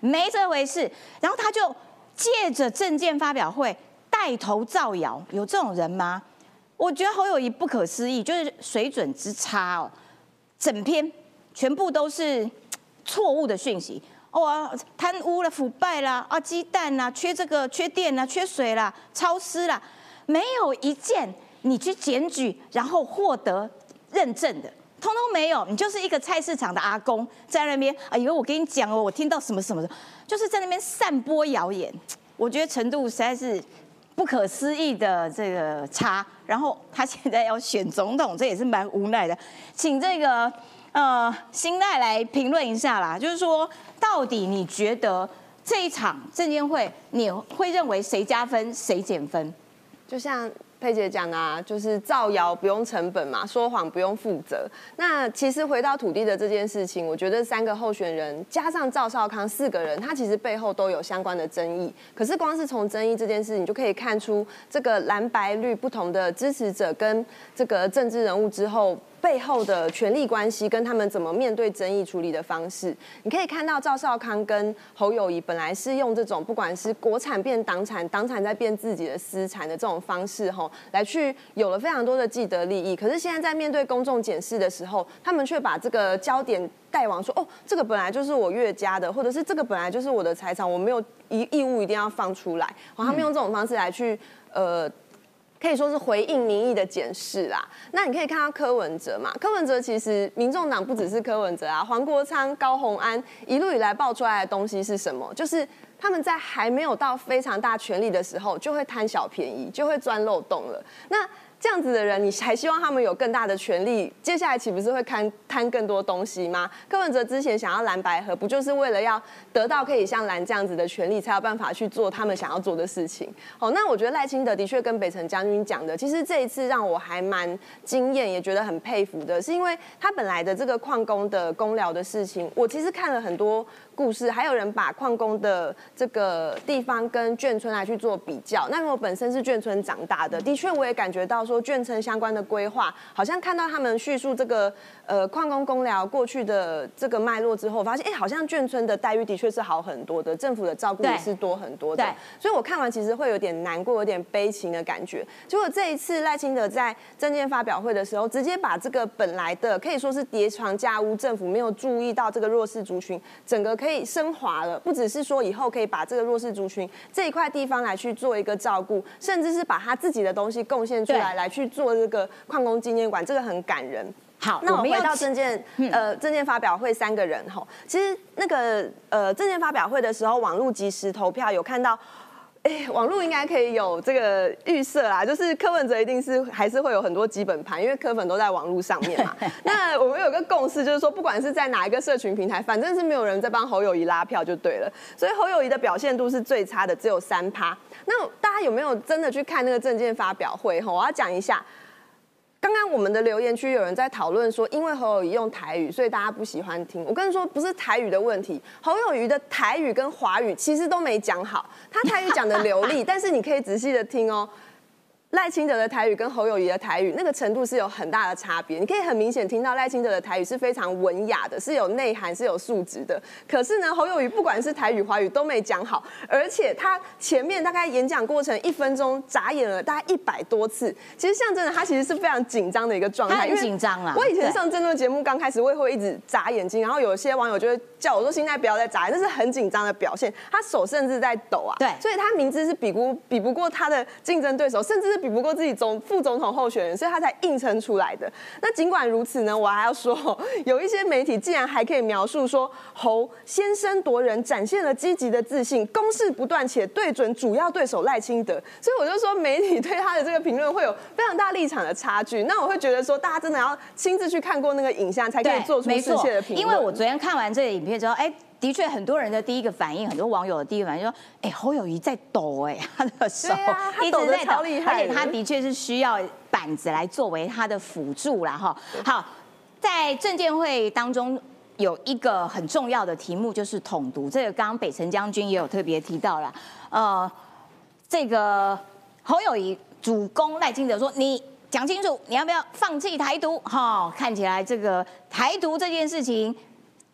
没这回事。然后他就借着政见发表会带头造谣，有这种人吗？我觉得侯友宜不可思议，就是水准之差哦，整篇全部都是错误的讯息。哦，贪污了、腐败啦，啊，鸡蛋啦，缺这个、缺电啦、缺水啦、超支啦，没有一件你去检举然后获得认证的，通通没有。你就是一个菜市场的阿公在那边，哎呦，我跟你讲哦，我听到什么什么的，就是在那边散播谣言。我觉得程度实在是不可思议的这个差。然后他现在要选总统，这也是蛮无奈的。请这个。呃，新代来评论一下啦，就是说，到底你觉得这一场政见会，你会认为谁加分，谁减分？ 就像佩姐讲的啊，就是造谣不用成本嘛，说谎不用负责。那其实回到土地的这件事情，我觉得三个候选人加上赵少康四个人，他其实背后都有相关的争议。可是光是从争议这件事，你就可以看出这个蓝白绿不同的支持者跟这个政治人物之后。背后的权力关系跟他们怎么面对争议处理的方式，你可以看到赵少康跟侯友宜本来是用这种不管是国产变党产，党产再变自己的私产的这种方式吼，来去有了非常多的既得利益。可是现在在面对公众检视的时候，他们却把这个焦点带往说，哦，这个本来就是我岳家的，或者是这个本来就是我的财产，我没有义义务一定要放出来。好，他们用这种方式来去呃。可以说是回应民意的检视啦。那你可以看到柯文哲嘛，柯文哲其实民众党不只是柯文哲啊，黄国昌、高虹安一路以来爆出来的东西是什么？就是他们在还没有到非常大权力的时候，就会贪小便宜，就会钻漏洞了。那这样子的人，你还希望他们有更大的权利？接下来岂不是会贪贪更多东西吗？柯文哲之前想要蓝白合，不就是为了要得到可以像蓝这样子的权利，才有办法去做他们想要做的事情？好，那我觉得赖清德的确跟北辰将军讲的，其实这一次让我还蛮惊艳，也觉得很佩服的，是因为他本来的这个矿工的公寮的事情，我其实看了很多故事，还有人把矿工的这个地方跟眷村来去做比较。那我本身是眷村长大的，的确我也感觉到说眷村相关的规划，好像看到他们叙述这个呃矿工公寮过去的这个脉络之后，发现哎、欸，好像眷村的待遇的确是好很多的，政府的照顾也是多很多的。所以我看完其实会有点难过，有点悲情的感觉。结果这一次赖清德在政见发表会的时候，直接把这个本来的可以说是叠床架屋，政府没有注意到这个弱势族群，整个可以升华了，不只是说以后可以把这个弱势族群这一块地方来去做一个照顾，甚至是把他自己的东西贡献出来，来去做这个矿工纪念馆，这个很感人。 好， 那我回到政见，呃，政见发表会三个人哈，其实那个呃政见发表会的时候，网络即时投票有看到。哎，网络应该可以有这个预设啦，就是柯文哲一定是还是会有很多基本盘，因为柯粉都在网络上面嘛。那我们有个共识，就是说不管是在哪一个社群平台，反正是没有人在帮侯友宜拉票就对了。所以侯友宜的表现度是最差的，只有三趴。那大家有没有真的去看那个政见发表会？哈，我要讲一下。刚刚我们的留言区有人在讨论说，因为侯友宜用台语，所以大家不喜欢听。我跟你说，不是台语的问题，侯友宜的台语跟华语其实都没讲好。他台语讲的流利，但是你可以仔细的听哦。赖清德的台语跟侯友宜的台语那个程度是有很大的差别，你可以很明显听到赖清德的台语是非常文雅的，是有内涵、是有素质的。可是呢，侯友宜不管是台语、华语都没讲好，而且他前面大概演讲过程一分钟眨眼了大概一百多次，其实象征着他其实是非常紧张的一个状态， 很紧张啊。 我以前上政论节目刚开始，我也会一直眨眼睛，然后有些网友就会叫我说：“现在不要再眨眼，那是很紧张的表现。”他手甚至在抖啊， 对， 所以他明知是比不比不过他的竞争对手，甚至是比不过自己总副总统候选人，所以他才硬撑出来的。那尽管如此呢，我还要说，有一些媒体竟然还可以描述说，侯先声夺人，展现了积极的自信，攻势不断且对准主要对手赖清德。所以我就说，媒体对他的这个评论会有非常大立场的差距。那我会觉得说，大家真的要亲自去看过那个影像，才可以做出适切的评论。 因为我昨天看完这个影片之后，哎。的确，很多人的第一个反应，很多网友的第一个反应说：“哎、欸，侯友宜在抖、欸，哎，他的手一直在抖，而且他的确是需要板子来作为他的辅助啦，哈。好，在政见会当中有一个很重要的题目就是统独，这个刚刚北辰将军也有特别提到了。呃，这个侯友宜主攻赖清德说你。”讲清楚，你要不要放弃台独？哈、哦，看起来这个台独这件事情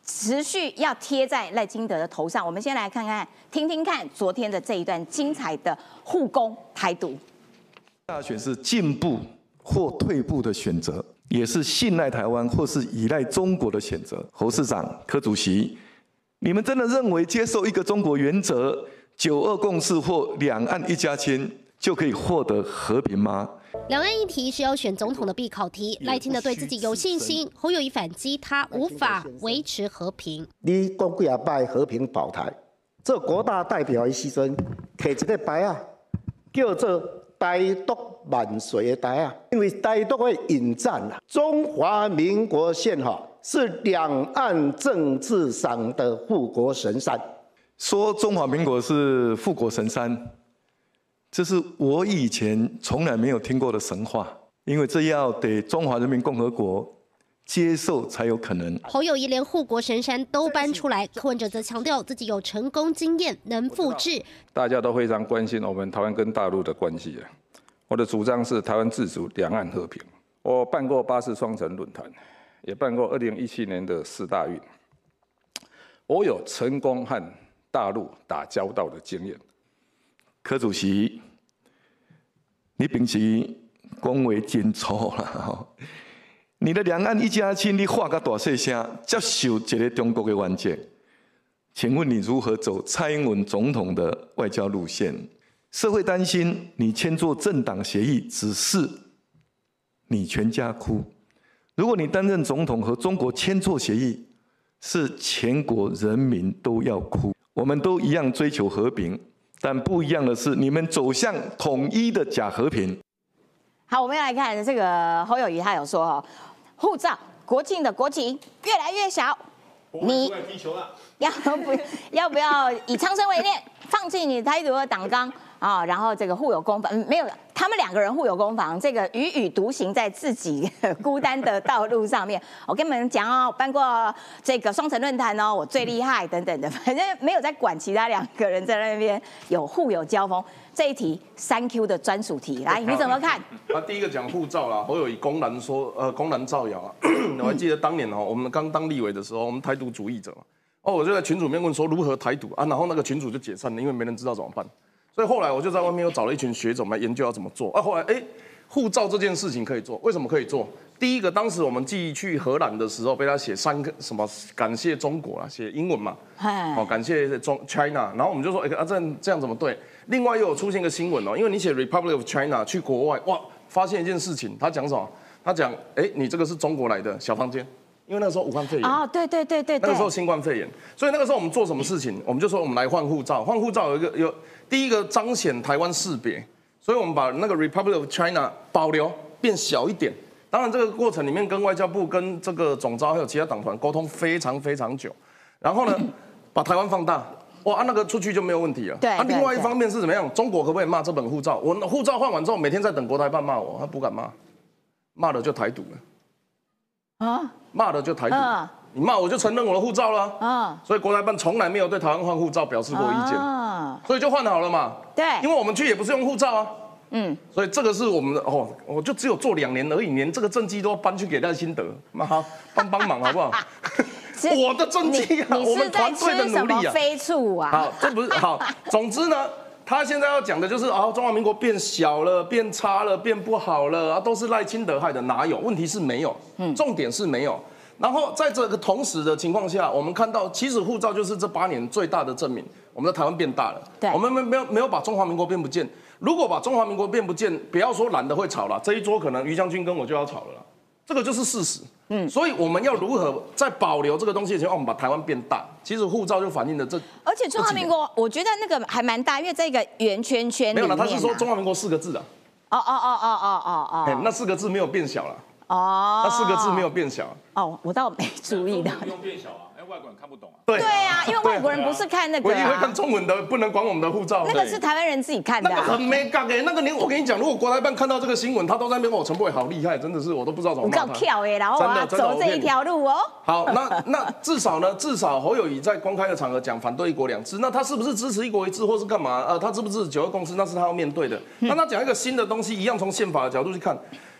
持续要贴在赖清德的头上。我们先来看看、听听看昨天的这一段精彩的护攻台独。 大选是进步或退步的选择，也是信赖台湾或是依赖中国的选择。侯市长、柯主席，你们真的认为接受一个中国原则、九二共识或两岸一家亲就可以获得和平吗？ 两岸议题是要选总统的必考题，赖清德对自己有信心，侯友宜反击他无法维持和平。 你讲几啊摆和平保台，做国大代表的时阵，摕一个牌啊，叫做台独万岁的台啊，因为台独的引战啊，中华民国宪法是两岸政治上的护国神山。 说中华民国是护国神山，这是我以前从来没有听过的神话，因为这要得中华人民共和国接受才有可能。 侯友宜连护国神山都搬出来，柯文哲则强调自己有成功经验，能复制。 大家都非常关心我们台湾跟大陆的关系。我的主张是台湾自主，两岸和平。我办过八次双城论坛，也办过二零一七年的四大运。我有成功和大陆打交道的经验。 柯主席，你平时讲话真粗啦，你的两岸一家亲，你话个大细声，接受一个中国的原则。请问你如何走蔡英文总统的外交路线？社会担心你签做政党协议，只是你全家哭。如果你担任总统和中国签做协议，是全国人民都要哭。我们都一样追求和平，但不一样的是，你们走向统一的假和平。 好，我们来看这个侯友宜，他有说哦，护照国庆的国旗越来越小，你要不要不要以苍生为念，放弃你台独的党纲啊？然后这个互有攻防，没有，他们两个人互有攻防，这个踽踽独行在自己孤单的道路上面。我跟你们讲哦，办过这个双城论坛哦，我最厉害等等的，反正没有在管其他两个人在那边有互有交锋。这一题三 Q 的专属题，来你怎么看？ 他第一个讲护照啦，侯友宜公然说，呃，公然造谣啊。我还记得当年哦，我们刚当立委的时候，我们台独主义者嘛，哦，我就在群组里面问说如何台独啊，然后那个群组就解散了，因为没人知道怎么办。所以后来我就在外面又找了一群学者，我们来研究要怎么做。啊，后来哎，护照这件事情可以做，为什么可以做？第一个，当时我们寄去荷兰的时候，被他写三个什么感谢中国啦，写英文嘛，哦，感谢中 China， 然后我们就说，哎，啊这样这样怎么对？另外又有出现一个新闻哦，因为你写 Republic of China 去国外，哇，发现一件事情，他讲什么？他讲，哎，你这个是中国来的小房间。因为那个时候武汉肺炎哦，对对对对， 那个时候新冠肺炎，所以那个时候我们做什么事情，我们就说我们来换护照，换护照有一个有第一个彰显台湾识别，所以我们把那个 Republic of China 保留变小一点。当然这个过程里面跟外交部、跟这个总召还有其他党团沟通非常非常久，然后呢，把台湾放大，哇，那个出去就没有问题了。 对。 啊，另外一方面是怎么样？中国可不可以骂这本护照？我护照换完之后，每天在等国台办骂我，他不敢骂，骂了就台独了。啊，骂了就台独，嗯、你骂我就承认我的护照了，嗯，所以国台办从来没有对台湾换护照表示过意见，啊、所以就换好了嘛， 对， 因为我们去也不是用护照啊，嗯，所以这个是我们的哦，我就只有做两年而已，连这个政绩都搬去给赖清德，妈好帮帮忙好不好？我的政绩啊，我们团队的努力啊， 飞醋啊， 好，这不是好，总之呢。他现在要讲的就是啊，中华民国变小了、变差了、变不好了啊，都是赖清德害的，哪有？问题是没有，嗯，重点是没有。然后在这个同时的情况下，我们看到，其实护照就是这八年最大的证明，我们的台湾变大了。 对， 我们没没有没有把中华民国变不见。如果把中华民国变不见，不要说懒得会吵了，这一桌可能于将军跟我就要吵了啦，这个就是事实。嗯，所以我们要如何在保留这个东西的情况下，我们把台湾变大？其实护照就反映了这。 而且中华民国，我觉得那个还蛮大，因为在一个圆圈圈里面、啊。 没有了，他是说中华民国四个字啊。 哦哦哦哦哦哦哦。 那四个字没有变小了。哦。那四个字没有变小。 哦，我倒没注意到。 不用变小啊，因为外国人看不懂啊。 对。 对啊，因为外国人不是看那个、啊。 唯一会看中文的，不能管我们的护照。 那个是台湾人自己看的、啊。 那个很没干哎，那个你我跟你讲，如果国台办看到这个新闻，他都在那边跟我陈柏惟好厉害，真的是我都不知道怎么骂他。 我够跳哎，然后我要走这一条路哦。 好，那那至少呢，至少侯友宜在公开的场合讲反对一国两制，那他是不是支持一国一制，或是干嘛？呃，他支不支持九二共识，那是他要面对的。那他讲一个新的东西，一样从宪法的角度去看，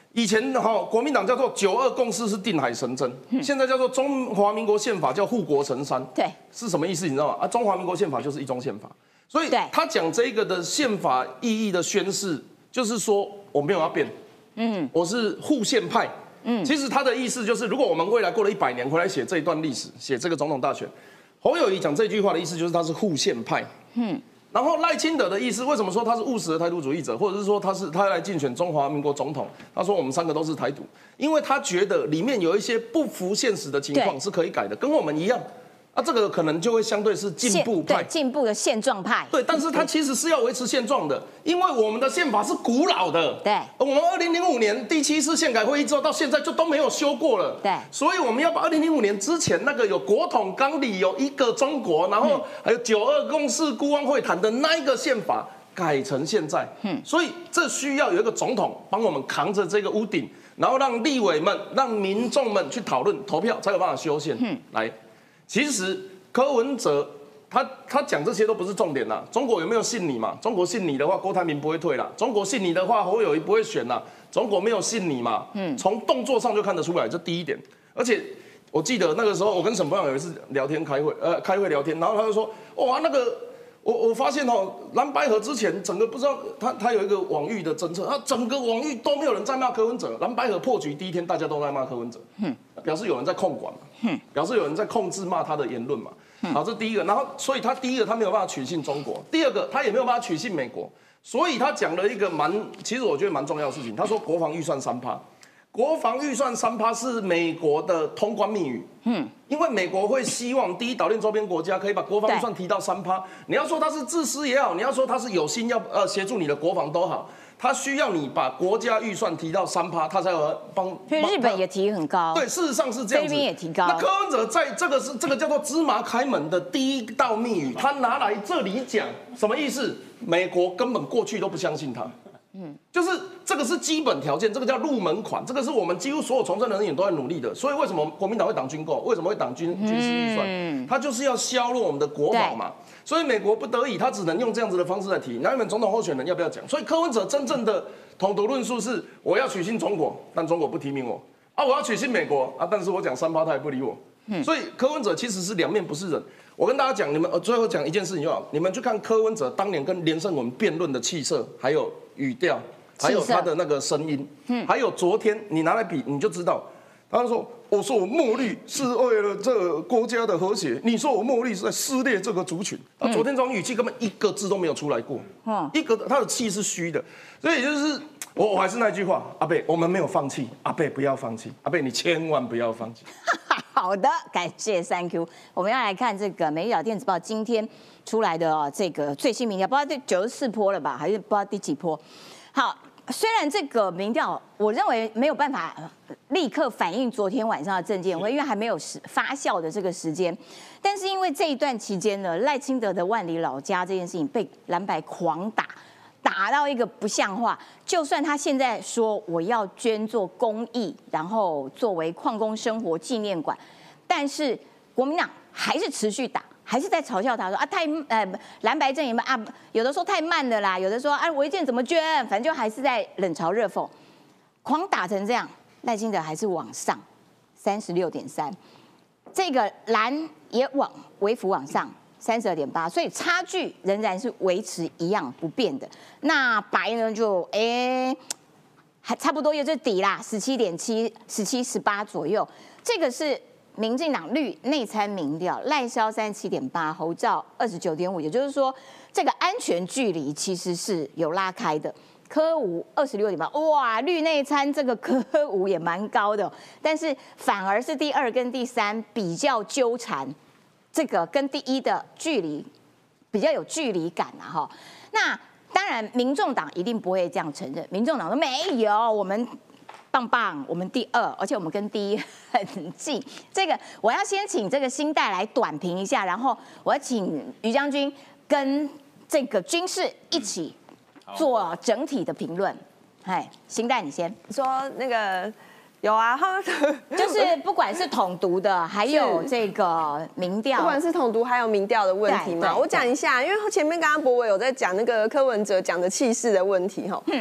以前哈国民党叫做九二共识是定海神针，现在叫做中华民国宪法叫护国神山。 对， 是什么意思？你知道吗？啊，中华民国宪法就是一中宪法，所以对他讲这个的宪法意义的宣示，就是说我没有要变，嗯，我是护宪派。嗯，其实他的意思就是，如果我们未来过了一百年回来写这一段历史，写这个总统大选，侯友宜讲这句话的意思就是他是护宪派。嗯。然后赖清德的意思，为什么说他是务实的台独主义者，或者是说他是他来竞选中华民国总统？他说我们三个都是台独，因为他觉得里面有一些不符现实的情况是可以改的，跟我们一样。啊，这个可能就会相对是进步派， 进步的现状派。 对，但是它其实是要维持现状的，因为我们的宪法是古老的。 对， 我们二零零五年第七次宪改会议之后，到现在就都没有修过了。 对， 所以我们要把二零零五年之前那个有国统纲领、有一个中国，然后还有九二共识、孤汪会谈的那一个宪法改成现在。嗯，所以这需要有一个总统帮我们扛着这个屋顶，然后让立委们、让民众们去讨论、投票，才有办法修宪。嗯，来。其实柯文哲他他讲这些都不是重点啦。中国有没有信你嘛？中国信你的话，郭台铭不会退啦。中国信你的话，侯友宜不会选啦。中国没有信你嘛？嗯，从动作上就看得出来，这第一点。而且我记得那个时候，我跟沈博阳有一次聊天开会，呃，开会聊天，然后他就说，哇，那个我我发现哦，蓝白合之前整个不知道他他有一个网域的侦测，他整个网域都没有人在骂柯文哲。蓝白合破局第一天，大家都在骂柯文哲，嗯，表示有人在控管嘛。表示有人在控制骂他的言论嘛，好，这第一个。然后，所以他第一个他没有办法取信中国，第二个他也没有办法取信美国，所以他讲了一个蛮，其实我觉得蛮重要的事情。他说国防预算三趴，国防预算三趴是美国的通关密语，嗯，因为美国会希望第一岛链周边国家可以把国防预算提到三趴。你要说他是自私也好，你要说他是有心要呃协助你的国防都好。他需要你把国家预算提到三趴，他才有帮。 因为日本也提很高， 对，事实上是这样子。 菲律宾也提高。 那柯文哲在这个是这个叫做芝麻开门的第一道密语，他拿来这里讲，什么意思？美国根本过去都不相信他。嗯，就是这个是基本条件，这个叫入门款，这个是我们几乎所有从政人员都在努力的。所以为什么国民党会挡军购？为什么会挡军军事预算？嗯，他就是要削弱我们的国防嘛。所以美国不得已，他只能用这样子的方式来提。那你们总统候选人要不要讲？所以柯文哲真正的统独论述是：我要取信中国，但中国不提名我啊；我要取信美国啊，但是我讲三趴他也不理我。嗯，所以柯文哲其实是两面不是人。我跟大家讲，你们呃最后讲一件事情就好，你们去看柯文哲当年跟连胜文辩论的气色，还有语调，还有他的那个声音，嗯，还有昨天你拿来比，你就知道。他说：“我说我墨绿是为了这个国家的和谐，你说我墨绿是在撕裂这个族群。啊，昨天这种语气根本一个字都没有出来过，嗯，一个他的气是虚的，所以就是我我还是那句话，阿贝，我们没有放弃，阿贝不要放弃，阿贝你千万不要放弃。” 好的，感谢 Thank you。我们要来看这个《每日电子报》今天出来的、哦、这个最新民调，不知道第九十四波了吧，还是不知道第几波？好。虽然这个民调，我认为没有办法立刻反映昨天晚上的政见会，因为还没有发酵的这个时间，但是因为这一段期间呢，赖清德的万里老家这件事情被蓝白狂打，打到一个不像话。就算他现在说我要捐做公益，然后作为矿工生活纪念馆，但是国民党还是持续打。还是在嘲笑他说啊，太呃蓝白阵营啊，有的说太慢了啦，有的说啊违建怎么捐，反正就还是在冷嘲热讽，狂打成这样，赖清德还是往上三十六点三，这个蓝也往微幅往上三十二点八，所以差距仍然是维持一样不变的。那白呢就哎还差不多也就底啦，十七点七、十七、十八左右，这个是。民进党绿内参民调，赖萧三十七点八，侯兆二十九点五，也就是说，这个安全距离其实是有拉开的。柯吴二十六点八，哇，绿内参这个柯吴也蛮高的，但是反而是第二跟第三比较纠缠，这个跟第一的距离比较有距离感啊哈。那当然，民众党一定不会这样承认，民众党说没有，我们。棒棒，我们第二，而且我们跟第一很近。这个我要先请这个新代来短评一下，然后我要请于将军跟这个军事一起做整体的评论。哎，新代你先说那个有啊， 就是不管是统独的，还有这个民调， 不管是统独还有民调的问题嘛，我讲一下，因为前面刚刚博伟有在讲那个柯文哲讲的气势的问题哈。嗯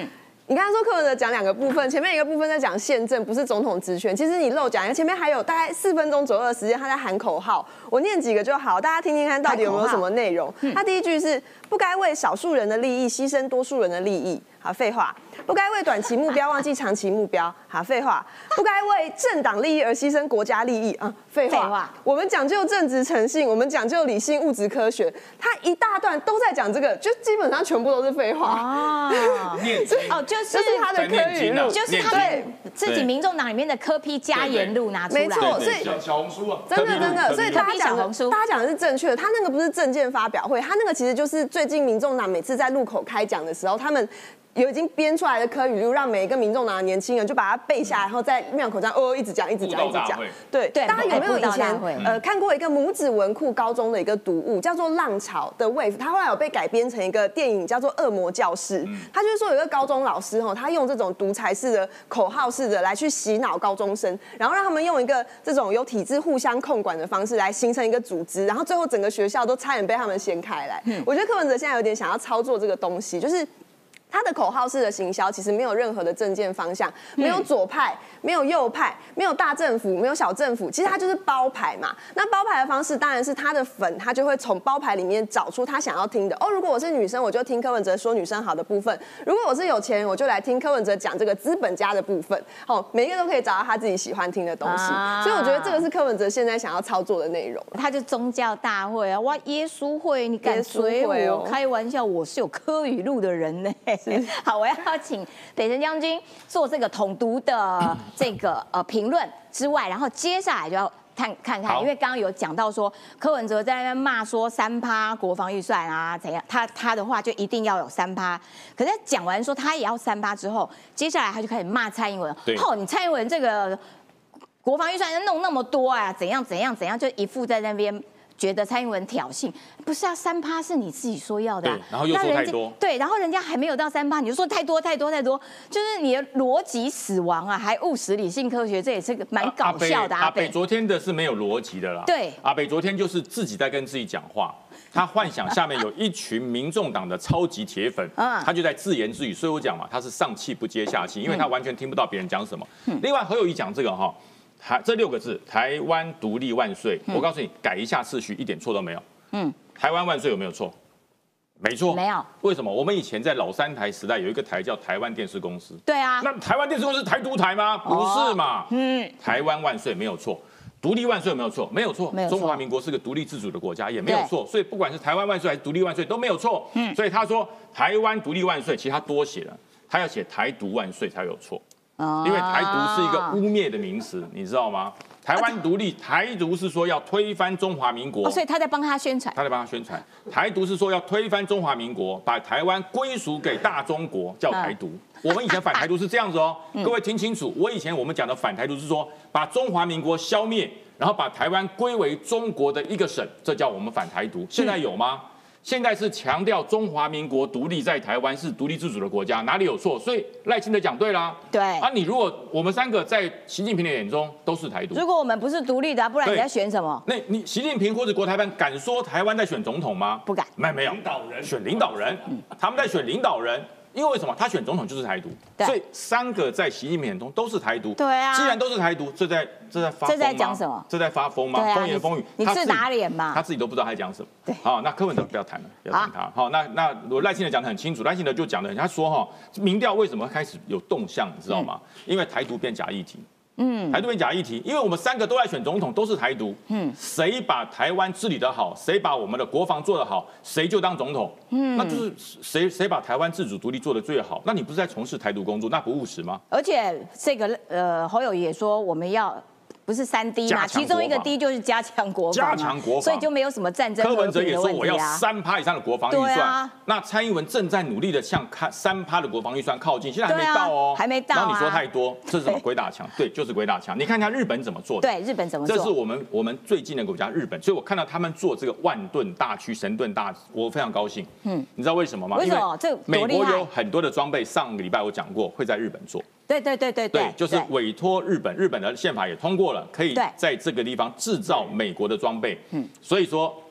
你刚才说柯文哲讲两个部分，前面一个部分在讲宪政，不是总统职权。其实你漏讲，前面还有大概四分钟左右的时间，他在喊口号，我念几个就好，大家听听看到底有没有什么内容。他第一句是不该为少数人的利益牺牲多数人的利益，好，废话。不该为短期目标忘记长期目标，好，废话。不该为政党利益而牺牲国家利益，啊，废话。废话。我们讲究正直诚信，我们讲究理性物质科学，他一大段都在讲这个，就基本上全部都是废话。 哦，哦，就是这是他的科语录， 就是他对自己民众党里面的柯 P 加言录拿出来， 没错，所以小红书啊， 真的真的，所以大家讲的，大家讲的是正确的。他那个不是政见发表会，他那个其实就是最近民众党每次在路口开讲的时候，他们有已经编出来的科语录，让每一个民众党的年轻人就把它背下来，然后在庙口这样哦一直讲，一直讲，一直讲。对对，大家有没有以前呃看过一个母子文库高中的一个读物，叫做《浪潮的 Wave》，它后来有被改编成一个电影，叫做《恶魔教室》。他就是说有一个高中老师哈，他用这种独裁式的口号式的来去洗脑高中生，然后让他们用一个这种有体制互相控管的方式来形成一个组织，然后最后整个学校都差点被他们掀开来。我觉得柯文哲现在有点想要操作这个东西，就是。他的口号式的行销其实没有任何的政见方向，没有左派，没有右派，没有大政府，没有小政府，其实他就是包牌嘛。那包牌的方式当然是他的粉，他就会从包牌里面找出他想要听的。哦，如果我是女生，我就听柯文哲说女生好的部分；如果我是有钱人，我就来听柯文哲讲这个资本家的部分。哦，每一个都可以找到他自己喜欢听的东西。啊、所以我觉得这个是柯文哲现在想要操作的内容。 他就宗教大会啊，哇，耶稣会，你敢随我？开玩笑，我是有柯语录的人呢。好，我要。要请北辰将军做这个统独的这个呃评论之外，然后接下来就要看看看，因为刚刚有讲到说柯文哲在那边骂说三趴国防预算啊怎样，他他的话就一定要有三趴，可是讲完说他也要三趴之后，接下来他就开始骂蔡英文，哦，你蔡英文这个国防预算弄那么多啊，怎样怎样怎样，就一副在那边。觉得蔡英文挑衅，不是啊，三趴是你自己说要的、啊， 然后又说太多， 对，然后人家还没有到三趴，你就说太多太多太多，就是你的逻辑死亡啊，还务实理性科学，这也是个蛮搞笑的。 阿北昨天的是没有逻辑的啦， 对， 阿北昨天就是自己在跟自己讲话，他幻想下面有一群民众党的超级铁粉，嗯，他就在自言自语，所以我讲嘛，他是上气不接下气，因为他完全听不到别人讲什么。嗯、另外何友宜讲这个哈。台这六个字，台湾独立万岁！嗯、我告诉你，改一下次序，一点错都没有。嗯，台湾万岁有没有错？没错， 没有。 为什么？我们以前在老三台时代有一个台叫台湾电视公司。 对啊。 那台湾电视公司台独台吗？不是嘛。哦、嗯。台湾万岁没有错，独立万岁有没有错？没有错。没有错。中华民国是个独立自主的国家，也没有错。所以不管是台湾万岁还是独立万岁都没有错。嗯。所以他说台湾独立万岁，其实他多写了，他要写台独万岁才有错。因为台独是一个污蔑的名词，你知道吗？台湾独立，台独是说要推翻中华民国， 哦、所以他在帮他宣传， 他在帮他宣传。台独是说要推翻中华民国，把台湾归属给大中国，叫台独。嗯、我们以前反台独是这样子哦，嗯、各位听清楚，我以前我们讲的反台独是说把中华民国消灭，然后把台湾归为中国的一个省，这叫我们反台独。现在有吗？嗯现在是强调中华民国独立在台湾是独立自主的国家，哪里有错？所以赖清德讲对啦。 对啊，你如果我们三个在习近平的眼中都是台独， 如果我们不是独立的、啊，不然你在选什么？ 那你习近平或者国台办敢说台湾在选总统吗？ 不敢， 没没有，领导人选领导人，嗯、他们在选领导人。因为为什么他选总统就是台独，所以三个在习近平眼中都是台独。 对啊， 既然都是台独，这在这在发疯吗？ 这在讲什么？ 这在发疯吗？ 啊、 风言风语， 你自打脸嘛？ 他自己都不知道他在讲什么。 对， 好，那柯文哲不要谈了，不要谈他。好，那那我赖清德讲得很清楚，赖清德就讲的，他说哈，民调为什么开始有动向，你知道吗？嗯、因为台独变假议题。嗯，台独变假议题，因为我们三个都在选总统，都是台独。嗯，谁把台湾治理得好，谁把我们的国防做得好，谁就当总统。嗯，那就是谁谁把台湾自主独立做得最好，那你不是在从事台独工作，那不务实吗？ 而且这个呃，侯友宜也说我们要。不是三 D 嘛？其中一个 D 就是加强国防、啊， 加强国防， 所以就没有什么战争、啊。 柯文哲也说我要三趴以上的国防预算。 啊、 那蔡英文正在努力的向看三趴的国防预算靠近，现在还没到哦， 啊、还没到、啊。 然后你说太多，这是什么鬼打墙？对，就是鬼打墙。你看一下日本怎么做的？ 对，日本怎么做？ 这是我们我们最近的国家日本，所以我看到他们做这个万吨大驱、神盾大，我非常高兴。嗯，你知道为什么吗？ 为什么？这美国有很多的装备，上个礼拜我讲过会在日本做。 对对对对对，就是委托日本，日本的宪法也通过了，可以在这个地方制造美国的装备。嗯，所以说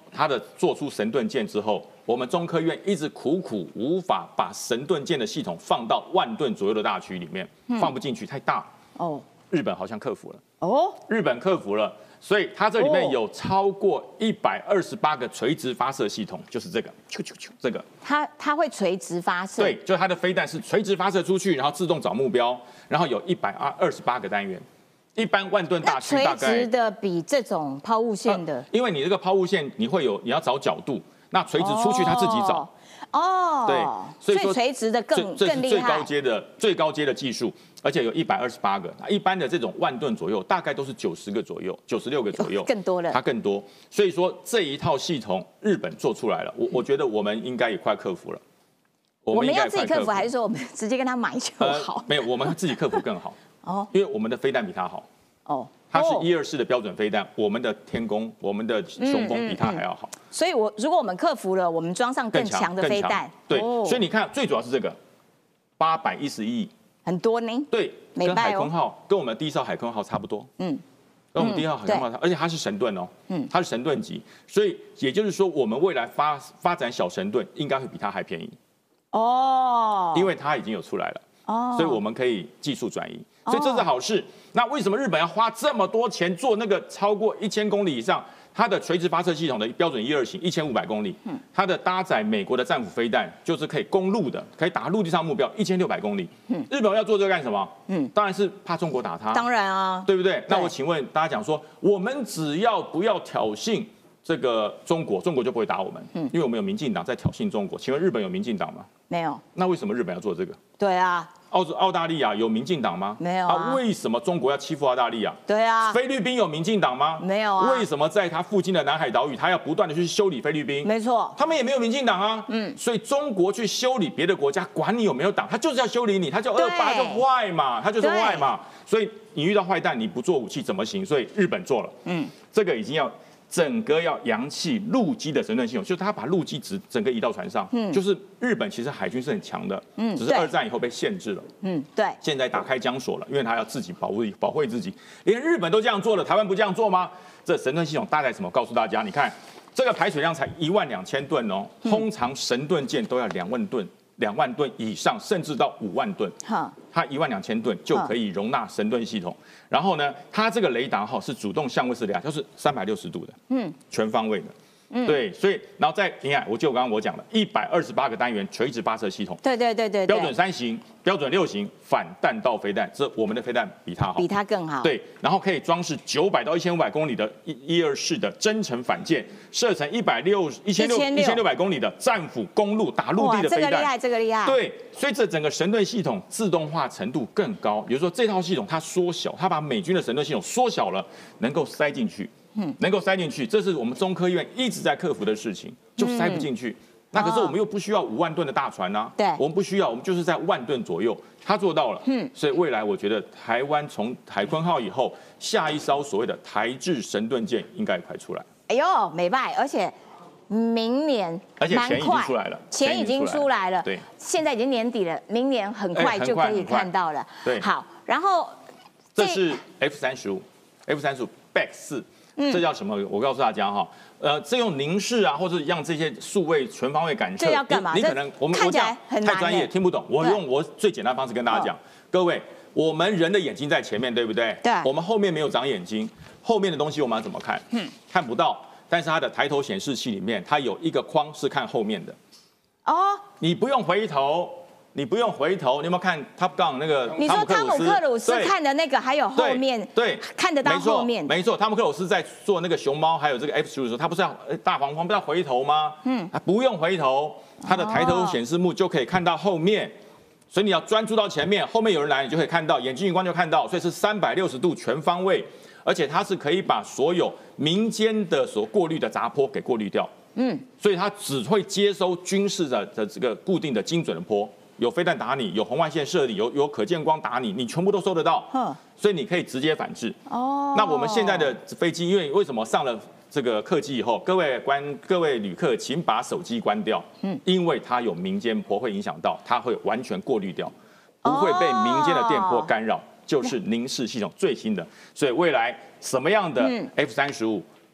它的做出神盾舰之后，我们中科院一直苦苦无法把神盾舰的系统放到万吨左右的大区里面，放不进去，太大。哦，日本好像克服了。哦，日本克服了。所以它这里面有超过一百二十八个垂直发射系统，就是这个，啾啾啾，这个。 它它会垂直发射。 对，就是它的飞弹是垂直发射出去，然后自动找目标，然后有一百二十八个单元。一般万吨大区大概。 垂直的比这种抛物线的、呃， 因为你这个抛物线你会有你要找角度，那垂直出去它自己找。 哦。 对， 所以说垂直的更这更厉害。 最高阶的最高阶的技术。而且有一百二十八个，一般的这种万吨左右，大概都是九十个左右，九十六个左右， 更多了。 它更多，所以说这一套系统日本做出来了，我我觉得我们应该也快克服了。 我们要自己克服，还是说我们直接跟他买就好？ 呃、没有，我们自己克服更好。哦，因为我们的飞弹比他好。哦，它是一二式的标准飞弹，我们的天弓、我们的雄风比它还要好。 嗯嗯嗯、所以我如果我们克服了，我们装上更强的飞弹。 对，哦、所以你看，最主要是这个八百一十一亿。 很多呢， 对，跟海鲲号跟我们第一艘海鲲号差不多，嗯，跟我们第一号海鲲号，而且它是神盾哦，嗯，它是神盾级，所以也就是说，我们未来发发展小神盾应该会比它还便宜，哦，因为它已经有出来了，哦，所以我们可以技术转移，所以这是好事。那为什么日本要花这么多钱做那个超过一千公里以上？它的垂直发射系统的标准一二型一千五百公里，嗯，它的搭载美国的战斧飞弹就是可以攻陆的，可以打陆地上目标一千六百公里。嗯，日本要做这个干什么？嗯，当然是怕中国打它。 当然啊， 对不对？那我请问大家讲说，我们只要不要挑衅这个中国，中国就不会打我们。嗯，因为我们有民进党在挑衅中国。请问日本有民进党吗？ 没有。 那为什么日本要做这个？ 对啊。 澳洲、澳大利亚有民进党吗？ 没有啊。 为什么中国要欺负澳大利亚？ 对啊。 菲律宾有民进党吗？ 没有啊。 为什么在它附近的南海岛屿，它要不断的去修理菲律宾？ 没错， 他们也没有民进党啊。嗯。所以中国去修理别的国家，管你有没有党，他就是要修理你，他就恶霸就坏嘛，他就是坏嘛。所以你遇到坏蛋，你不做武器怎么行？所以日本做了。嗯。这个已经要。整个要扬弃陆基的神盾系统，就是他把陆基只整个移到船上。嗯，就是日本其实海军是很强的，嗯，只是二战以后被限制了。嗯，对。现在打开江锁了，因为他要自己保护保卫自己，连日本都这样做了，台湾不这样做吗？这神盾系统搭载什么？告诉大家，你看这个排水量才一万两千吨哦，通常神盾舰都要两万吨。两万吨以上，甚至到五万吨，它一万两千吨就可以容纳神盾系统。然后呢，它这个雷达哈是主动相位式雷达，就是三百六十度的，嗯，全方位的。嗯，对，所以然后再你看，我就刚刚我讲的，一百二十八个单元垂直发射系统， 对对对对， 标准三型、标准六型反弹道飞弹，这我们的飞弹比它好， 比它更好。 对，然后可以装饰九百到一千五百公里的一一二式的增程反舰，射程一百六一千六一千六百公里的战斧公路打陆地的飞弹， 这个厉害，这个厉害。 对，所以这整个神盾系统自动化程度更高，比如说这套系统它缩小，它把美军的神盾系统缩小了，能够塞进去。嗯，能够塞进去，这是我们中科院一直在克服的事情，就塞不进去。嗯、那可是我们又不需要五万吨的大船啊， 对， 我们不需要，我们就是在万吨左右，他做到了。嗯，所以未来我觉得台湾从海鲲号以后，下一艘所谓的台制神盾舰应该快出来。 哎呦，美败，而且明年， 而且钱已经出来了， 钱已经出来了， 对， 现在已经年底了，明年很快就可以看到了。 对， 好，然后这是 F 三十五 ，F 三十五 Back 四。这叫什么？我告诉大家哈，呃，这用凝视啊，或者让这些数位全方位感测， 这要干嘛？ 你可能我们我讲太专业听不懂，我用我最简单的方式跟大家讲。各位，我们人的眼睛在前面，对不对？ 对。 我们后面没有长眼睛，后面的东西我们要怎么看？嗯，看不到。但是它的抬头显示器里面，它有一个框是看后面的。哦。你不用回头。你不用回头，你有没有看 Top Gun 那个？ 你说汤姆克鲁斯看的那个，还有后面， 对， 看得到后面。 没错，汤姆克鲁斯在做那个熊猫，还有这个 F 十五的时候，他不是要大黄蜂不是要回头吗？嗯，他不用回头，他的抬头显示幕就可以看到后面，所以你要专注到前面，后面有人来，你就可以看到，眼睛余光就看到，所以是三百六十度全方位，而且它是可以把所有民间的所过滤的杂波给过滤掉。嗯，所以它只会接收军事的的这个固定的精准的波。有飞弹打你，有红外线射你，有有可见光打你，你全部都收得到，所以你可以直接反制。哦，那我们现在的飞机，因为为什么上了这个客机以后，各位观各位旅客，请把手机关掉，嗯，因为它有民间波会影响到，它会完全过滤掉，不会被民间的电波干扰，就是凝视系统最新的，所以未来什么样的 F 三十五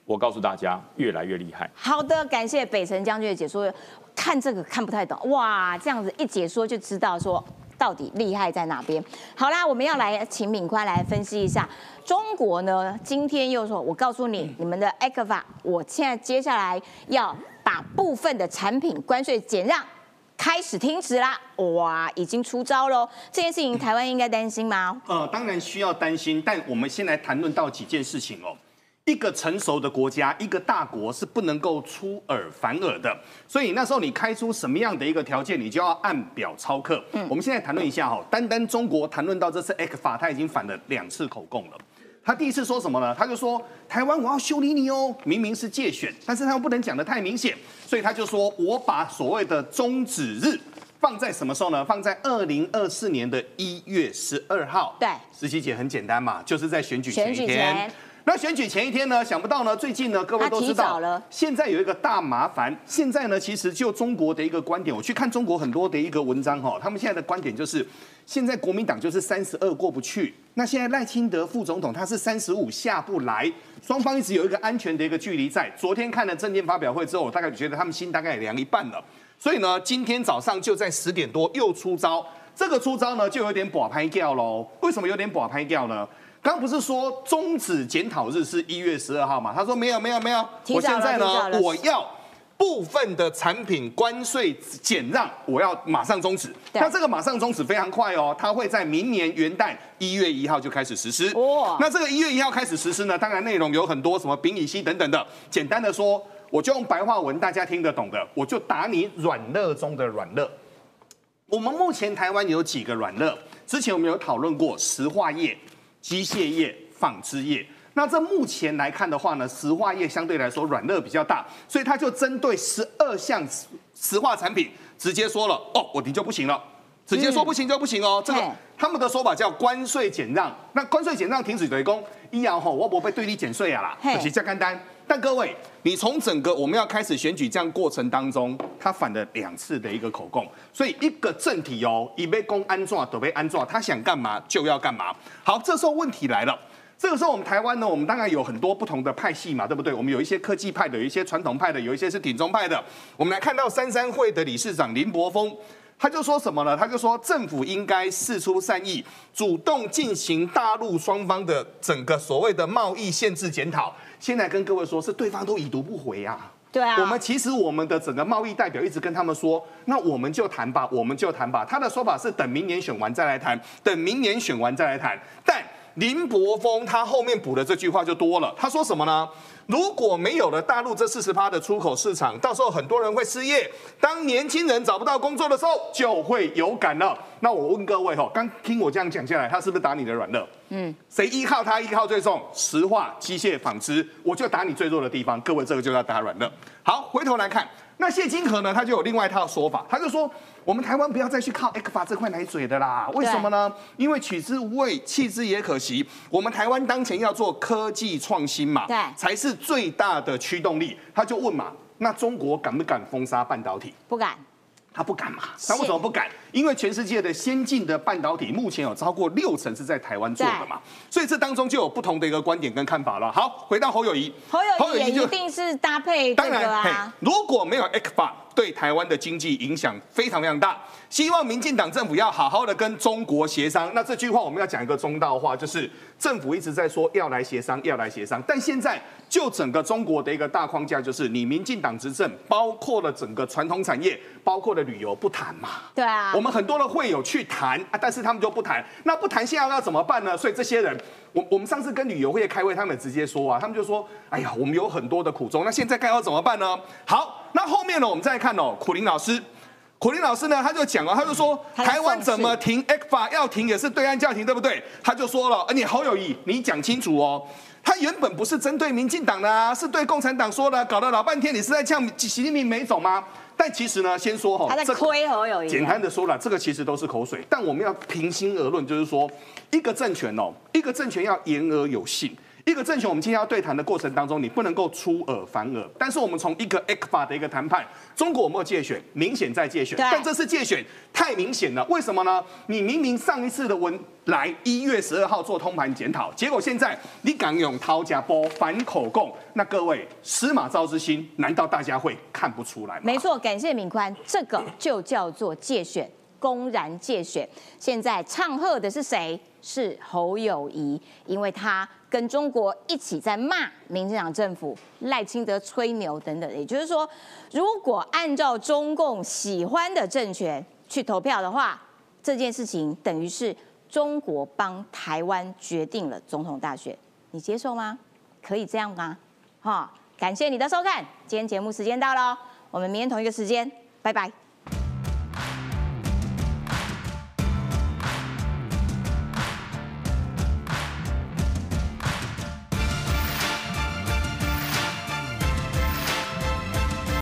我告诉大家，越来越厉害。 好的，感谢北辰将军的解说。看这个看不太懂，哇，这样子一解说就知道说到底厉害在哪边。好啦，我们要来请敏宽来分析一下中国呢，今天又说，我告诉你，你们的 E C F A， 我现在接下来要把部分的产品关税减让开始停止啦，哇，已经出招喽！这件事情台湾应该担心吗？ 呃，当然需要担心，但我们先来谈论到几件事情哦。一个成熟的国家，一个大国是不能够出尔反尔的，所以那时候你开出什么样的一个条件，你就要按表操课。嗯，我们现在谈论一下哈，单单中国谈论到这次 E C F A， 他已经反了两次口供了。他第一次说什么呢？他就说台湾我要修理你哦，明明是借选，但是他们不能讲得太明显，所以他就说我把所谓的终止日放在什么时候呢？放在二零二四年的一月十二号。 对， 时期姐很简单嘛，就是在选举前一选举天。 前那选举前一天呢，想不到呢，最近呢，各位都知道，现在有一个大麻烦。现在呢，其实就中国的一个观点，我去看中国很多的一个文章哈，他们现在的观点就是，现在国民党就是三十二过不去，那现在赖清德副总统他是三十五下不来，双方一直有一个安全的一个距离在。昨天看了政见发表会之后，我大概觉得他们心大概也凉一半了。所以呢，今天早上就在十点多又出招，这个出招呢就有点bỏ拍掉喽。为什么有点bỏ拍掉呢？刚不是说终止检讨日是一月十二号嘛？他说没有没有没有，我现在呢我要部分的产品关税减让，我要马上终止。那这个马上终止非常快哦，它会在明年元旦一月一号就开始实施。哦，那这个一月一号开始实施呢，当然内容有很多什么丙乙烯等等的。简单的说，我就用白话文大家听得懂的，我就打你软肋中的软肋。我们目前台湾有几个软肋？之前我们有讨论过石化业、机械业、纺织业。那这目前来看的话呢，石化业相对来说软肋比较大，所以他就针对十二项石化产品直接说了，哦，我你就不行了，直接说不行就不行哦。嗯、这个他们的说法叫关税减让。那关税减让停止等于讲，一样吼，我不会对你减税啊啦，就是这简单。但各位，你从整个我们要开始选举这样过程当中，他反了两次的一个口供，所以一个正题哦，以被公安抓都被安抓，他想干嘛就要干嘛。好，这时候问题来了。这个时候，我们台湾呢，我们当然有很多不同的派系嘛，对不对？我们有一些科技派的，有一些传统派的，有一些是挺中派的。我们来看到三三会的理事长林柏峰，他就说什么呢？他就说政府应该释出善意，主动进行大陆双方的整个所谓的贸易限制检讨。现在跟各位说，是对方都已读不回啊。 对啊， 我们其实我们的整个贸易代表一直跟他们说，那我们就谈吧，我们就谈吧。他的说法是等明年选完再来谈，等明年选完再来谈，但林柏峰他后面补的这句话就多了，他说什么呢？如果没有了大陆这四十趴的出口市场，到时候很多人会失业，当年轻人找不到工作的时候，就会有感了。那我问各位哈，刚听我这样讲下来，他是不是打你的软肋？嗯，谁依靠他依靠最重？石化、机械、纺织，我就打你最弱的地方。各位，这个就要打软肋。好，回头来看，那谢金河呢，他就有另外一套说法，他就说，我们台湾不要再去靠 E C F A 这块奶嘴的啦。为什么呢？因为取之无味，弃之也可惜。我们台湾当前要做科技创新嘛，对，才是最大的驱动力。他就问嘛，那中国敢不敢封杀半导体？ 不敢。 他不敢嘛？他为什么不敢？因为全世界的先进的半导体目前有超过六成是在台湾做的嘛，所以这当中就有不同的一个观点跟看法了。好，回到侯友宜， 侯友宜也一定是搭配这个啊。当然， 如果没有 E C F A， 对台湾的经济影响非常非常大。希望民进党政府要好好的跟中国协商。那这句话我们要讲一个中道话，就是政府一直在说要来协商，要来协商，但现在就整个中国的一个大框架，就是你民进党执政，包括了整个传统产业，包括了旅游，不谈嘛？ 对啊， 我们很多的会友去谈啊，但是他们就不谈。那不谈，现在要怎么办呢？所以这些人，我我们上次跟旅游会开会，他们直接说啊，他们就说，哎呀，我们有很多的苦衷，那现在该要怎么办呢？好，那后面呢，我们再来看哦，苦苓老师。苦苓老师呢，他就讲了，他就说台湾怎么停 E C F A 要停也是对岸叫停，对不对？他就说了，而且侯友宜，你讲清楚哦，他原本不是针对民进党的啊，是对共产党说的，搞了老半天，你是在呛习近平没种吗？但其实呢，先说哈， 他在亏侯友宜。 简单的说了，这个其实都是口水，但我们要平心而论，就是说，一个政权哦，一个政权要言而有信。 一个政权，我们今天要对谈的过程当中，你不能够出尔反尔。但是我们从一个 E C F A 的一个谈判，中国有没有借选？明显在借选，但这次借选太明显了。为什么呢？你明明上一次的文来一月十二号做通盘检讨，结果现在你敢用掏假波反口供，那各位司马昭之心，难道大家会看不出来吗？ 没错，感谢敏宽，这个就叫做借选。公然借选，现在唱和的是谁？是侯友宜，因为他跟中国一起在骂民进党政府、赖清德吹牛等等。也就是说，如果按照中共喜欢的政权去投票的话，这件事情等于是中国帮台湾决定了总统大选，你接受吗？可以这样吗？哈，感谢你的收看，今天节目时间到了，我们明天同一个时间，拜拜。